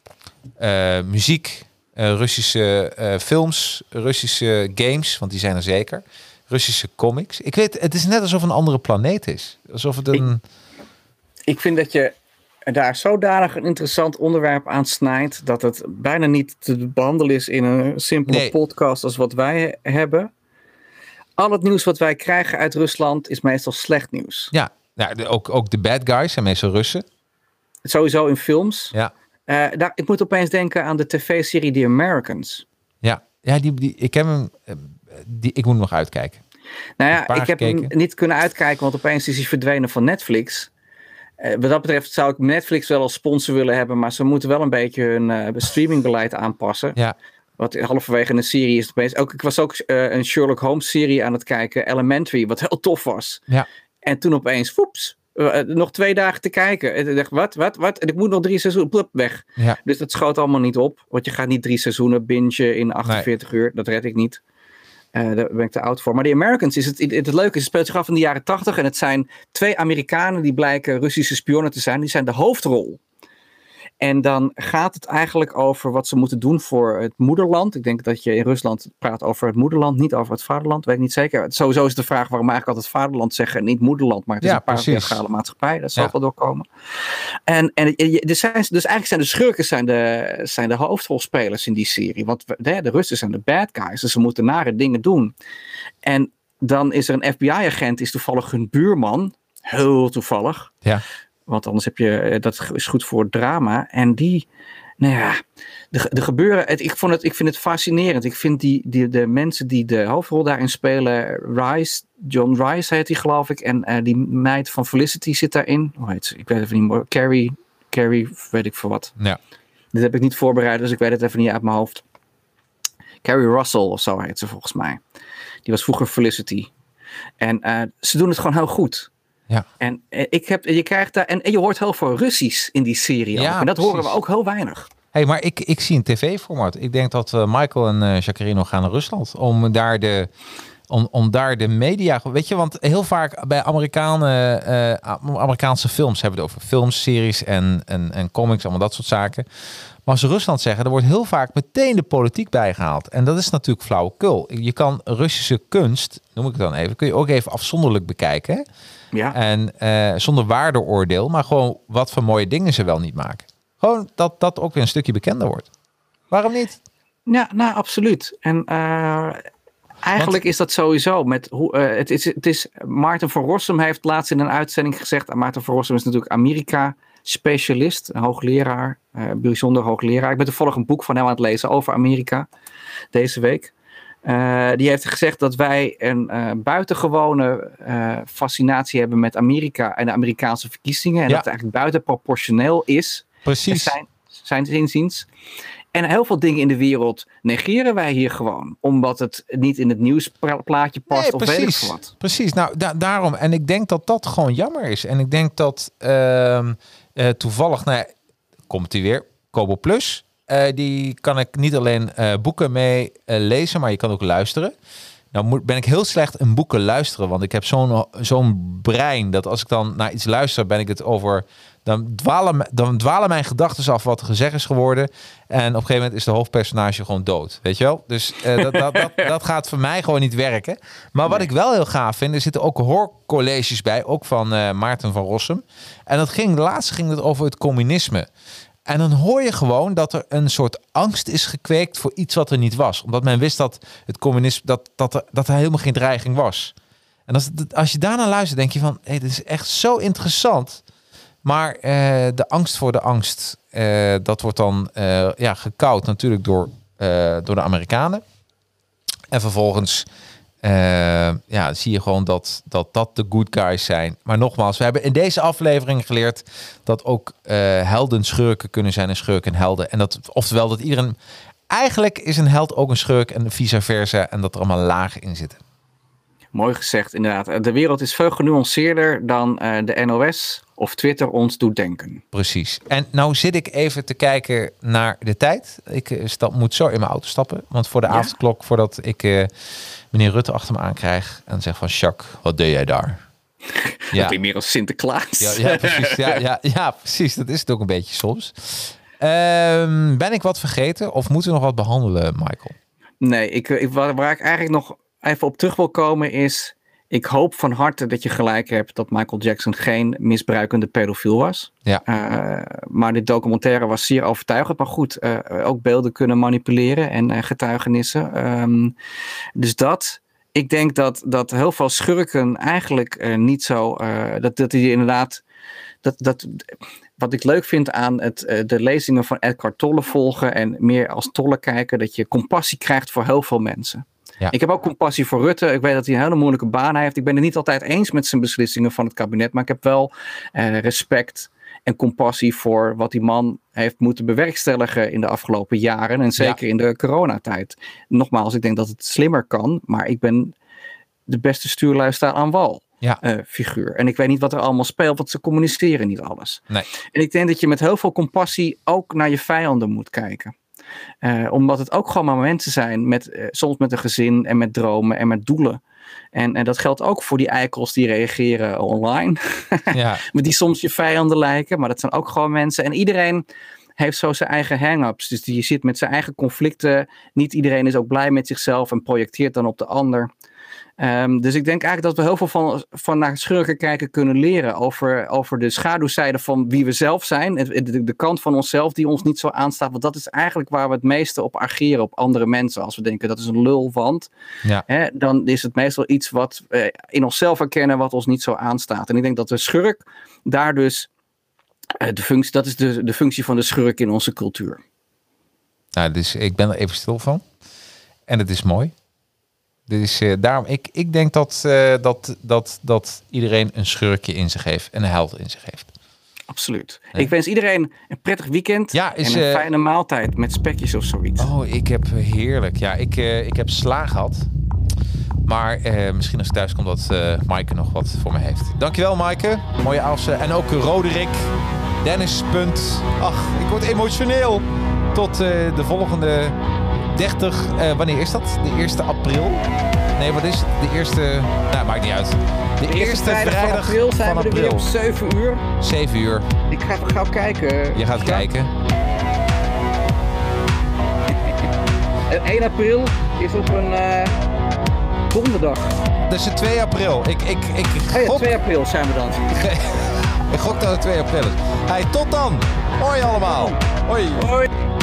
muziek, Russische films, Russische games, want die zijn er zeker. Russische comics. Ik weet, het is net alsof het een andere planeet is. Alsof het een... Ik vind dat je daar zodanig een interessant onderwerp aan snijdt dat het bijna niet te behandelen is in een simpele podcast als wat wij hebben. Al het nieuws wat wij krijgen uit Rusland is meestal slecht nieuws. Ja, ook de bad guys zijn meestal Russen. Sowieso in films. Ja. Ik moet opeens denken aan de tv-serie The Americans. Ja, ik heb hem. Ik moet nog uitkijken. Nou ja, ik heb hem niet kunnen uitkijken, want opeens is hij verdwenen van Netflix. Wat dat betreft zou ik Netflix wel als sponsor willen hebben, maar ze moeten wel een beetje hun streamingbeleid aanpassen. Ja. Wat halverwege een serie is opeens. Ik was ook een Sherlock Holmes serie aan het kijken, Elementary, wat heel tof was. Ja. En toen opeens, nog 2 dagen te kijken. En ik dacht, wat? En ik moet nog 3 seizoenen, plup, weg. Ja. Dus dat schoot allemaal niet op. Want je gaat niet 3 seizoenen bingen in 48 uur. Dat red ik niet. Daar ben ik te oud voor. Maar The Americans, het leuke is, het speelt zich af in de jaren 80. En het zijn 2 Amerikanen die blijken Russische spionnen te zijn. Die zijn de hoofdrol. En dan gaat het eigenlijk over wat ze moeten doen voor het moederland. Ik denk dat je in Rusland praat over het moederland, niet over het vaderland. Weet ik niet zeker. Sowieso is de vraag waarom we eigenlijk altijd vaderland zeggen en niet moederland. Maar het is een patriarchale maatschappij. Dat zal wel doorkomen. Dus eigenlijk zijn de schurken zijn de hoofdrolspelers in die serie. Want de Russen zijn de bad guys. Dus ze moeten nare dingen doen. En dan is er een FBI-agent, is toevallig hun buurman. Heel toevallig. Ja. Want anders dat is goed voor het drama. En er gebeuren. Ik vind het fascinerend. Ik vind de mensen die de hoofdrol daarin spelen, John Rice heet die, geloof ik. En die meid van Felicity zit daarin. Hoe heet ze? Ik weet even niet meer. Carrie, weet ik voor wat. Ja. Dit heb ik niet voorbereid, dus ik weet het even niet uit mijn hoofd. Carrie Russell of zo heet ze volgens mij. Die was vroeger Felicity. En ze doen het gewoon heel goed. Ja. En je krijgt daar, en je hoort heel veel Russisch in die serie. Ja, en dat precies. horen we ook heel weinig. Hey, maar ik zie een tv-format. Ik denk dat Michael en Jacarino gaan naar Rusland om daar de media. Weet je, want heel vaak bij Amerikaanse films hebben we het over films, series en comics, allemaal dat soort zaken. Maar als ze Rusland zeggen, er wordt heel vaak meteen de politiek bijgehaald. En dat is natuurlijk flauwekul. Je kan Russische kunst, noem ik het dan even, kun je ook even afzonderlijk bekijken. Hè? Ja. En zonder waardeoordeel, maar gewoon wat voor mooie dingen ze wel niet maken. Gewoon dat ook weer een stukje bekender wordt. Waarom niet? Ja, nou absoluut. En eigenlijk is dat sowieso. Het is Maarten van Rossum heeft laatst in een uitzending gezegd. Maarten van Rossum is natuurlijk Amerika-specialist, een hoogleraar, bijzonder hoogleraar. Ik ben toevallig een boek van hem aan het lezen over Amerika deze week. Die heeft gezegd dat wij een buitengewone fascinatie hebben met Amerika en de Amerikaanse verkiezingen. En dat het eigenlijk buitenproportioneel is. Precies. Zijn inziens. En heel veel dingen in de wereld negeren wij hier gewoon. Omdat het niet in het nieuwsplaatje past of weet ik veel wat. Precies, nou daarom. En ik denk dat dat gewoon jammer is. En ik denk dat toevallig, komt hij weer, Kobo Plus. Die kan ik niet alleen boeken mee lezen, maar je kan ook luisteren. Nou ben ik heel slecht in boeken luisteren, want ik heb zo'n brein dat als ik dan naar iets luister, ben ik het over... Dan dwalen mijn gedachten af wat er gezegd is geworden. En op een gegeven moment is de hoofdpersonage gewoon dood. Weet je wel? Dus dat gaat voor mij gewoon niet werken. Maar wat ik wel heel gaaf vind, er zitten ook hoorcolleges bij. Ook van Maarten van Rossum. En laatst ging het over het communisme. En dan hoor je gewoon dat er een soort angst is gekweekt voor iets wat er niet was. Omdat men wist dat het communisme, dat er helemaal geen dreiging was. En als je daarna luistert, denk je van, dit is echt zo interessant. Maar de angst voor de angst, dat wordt dan gekoud natuurlijk door de Amerikanen. En vervolgens zie je gewoon dat de good guys zijn. Maar nogmaals, we hebben in deze aflevering geleerd dat ook helden schurken kunnen zijn en schurken helden. En oftewel dat iedereen... Eigenlijk is een held ook een schurk en vice versa. En dat er allemaal lagen in zitten. Mooi gezegd, inderdaad. De wereld is veel genuanceerder dan de NOS of Twitter ons doet denken. Precies. En nou zit ik even te kijken naar de tijd. Ik moet zo in mijn auto stappen. Want voor de avondklok, voordat ik meneer Rutte achter me aankrijg en zeg van Jacques, wat deed jij daar? Ja. Dat ben meer als Sinterklaas. Ja, precies. Ja, precies. Dat is het ook een beetje soms. Ben ik wat vergeten of moeten we nog wat behandelen, Michael? Nee, waar ik eigenlijk nog even op terug wil komen is... Ik hoop van harte dat je gelijk hebt dat Michael Jackson geen misbruikende pedofiel was. Ja. Maar dit documentaire was zeer overtuigend. Maar goed, ook beelden kunnen manipuleren en getuigenissen. Dus ik denk dat heel veel schurken eigenlijk niet zo... dat die inderdaad... Wat ik leuk vind aan de lezingen van Eckhart Tolle volgen en meer als Tolle kijken, dat je compassie krijgt voor heel veel mensen. Ja. Ik heb ook compassie voor Rutte. Ik weet dat hij een hele moeilijke baan heeft. Ik ben het niet altijd eens met zijn beslissingen van het kabinet. Maar ik heb wel respect en compassie voor wat die man heeft moeten bewerkstelligen in de afgelopen jaren. En zeker in de coronatijd. Nogmaals, ik denk dat het slimmer kan. Maar ik ben de beste stuurlui staan aan wal. Figuur. En ik weet niet wat er allemaal speelt, want ze communiceren niet alles. Nee. En ik denk dat je met heel veel compassie ook naar je vijanden moet kijken. Omdat het ook gewoon maar mensen zijn, soms met een gezin en met dromen en met doelen. En dat geldt ook voor die eikels die reageren online. Ja. Maar die soms je vijanden lijken, maar dat zijn ook gewoon mensen. En iedereen heeft zo zijn eigen hang-ups. Dus die zit met zijn eigen conflicten. Niet iedereen is ook blij met zichzelf en projecteert dan op de ander. Dus ik denk eigenlijk dat we heel veel van naar schurken kijken kunnen leren over de schaduwzijde van wie we zelf zijn. De kant van onszelf die ons niet zo aanstaat. Want dat is eigenlijk waar we het meeste op ageren op andere mensen. Als we denken dat is een lulwand. Ja. Dan is het meestal iets wat in onszelf herkennen wat ons niet zo aanstaat. En ik denk dat de schurk daar dus dat is de functie van de schurk in onze cultuur. Nou, dus ik ben er even stil van. En het is mooi. Dus daarom, ik denk dat iedereen een schurkje in zich heeft en een held in zich heeft. Absoluut. Ja. Ik wens iedereen een prettig weekend en een fijne maaltijd met spekjes of zoiets. Oh, ik heb heerlijk. Ja, ik heb sla gehad. Maar misschien als ik thuis kom dat Maaike nog wat voor me heeft. Dankjewel Maaike. Mooie avond. En ook Roderick. Dennis. Ach, ik word emotioneel. Tot de volgende... 30, wanneer is dat? De 1 april? Nee, wat is het? De eerste... Nou, maakt niet uit. De eerste vrijdag van april zijn we er weer om 7 uur. 7 uur. Ik ga gauw kijken. Je gaat kijken. En 1 april is op een donderdag. Dat is de 2 april. Ik gok... 2 april zijn we dan. Ik gok dat het 2 april is. Hey, tot dan. Hoi allemaal. Hoi. Hoi.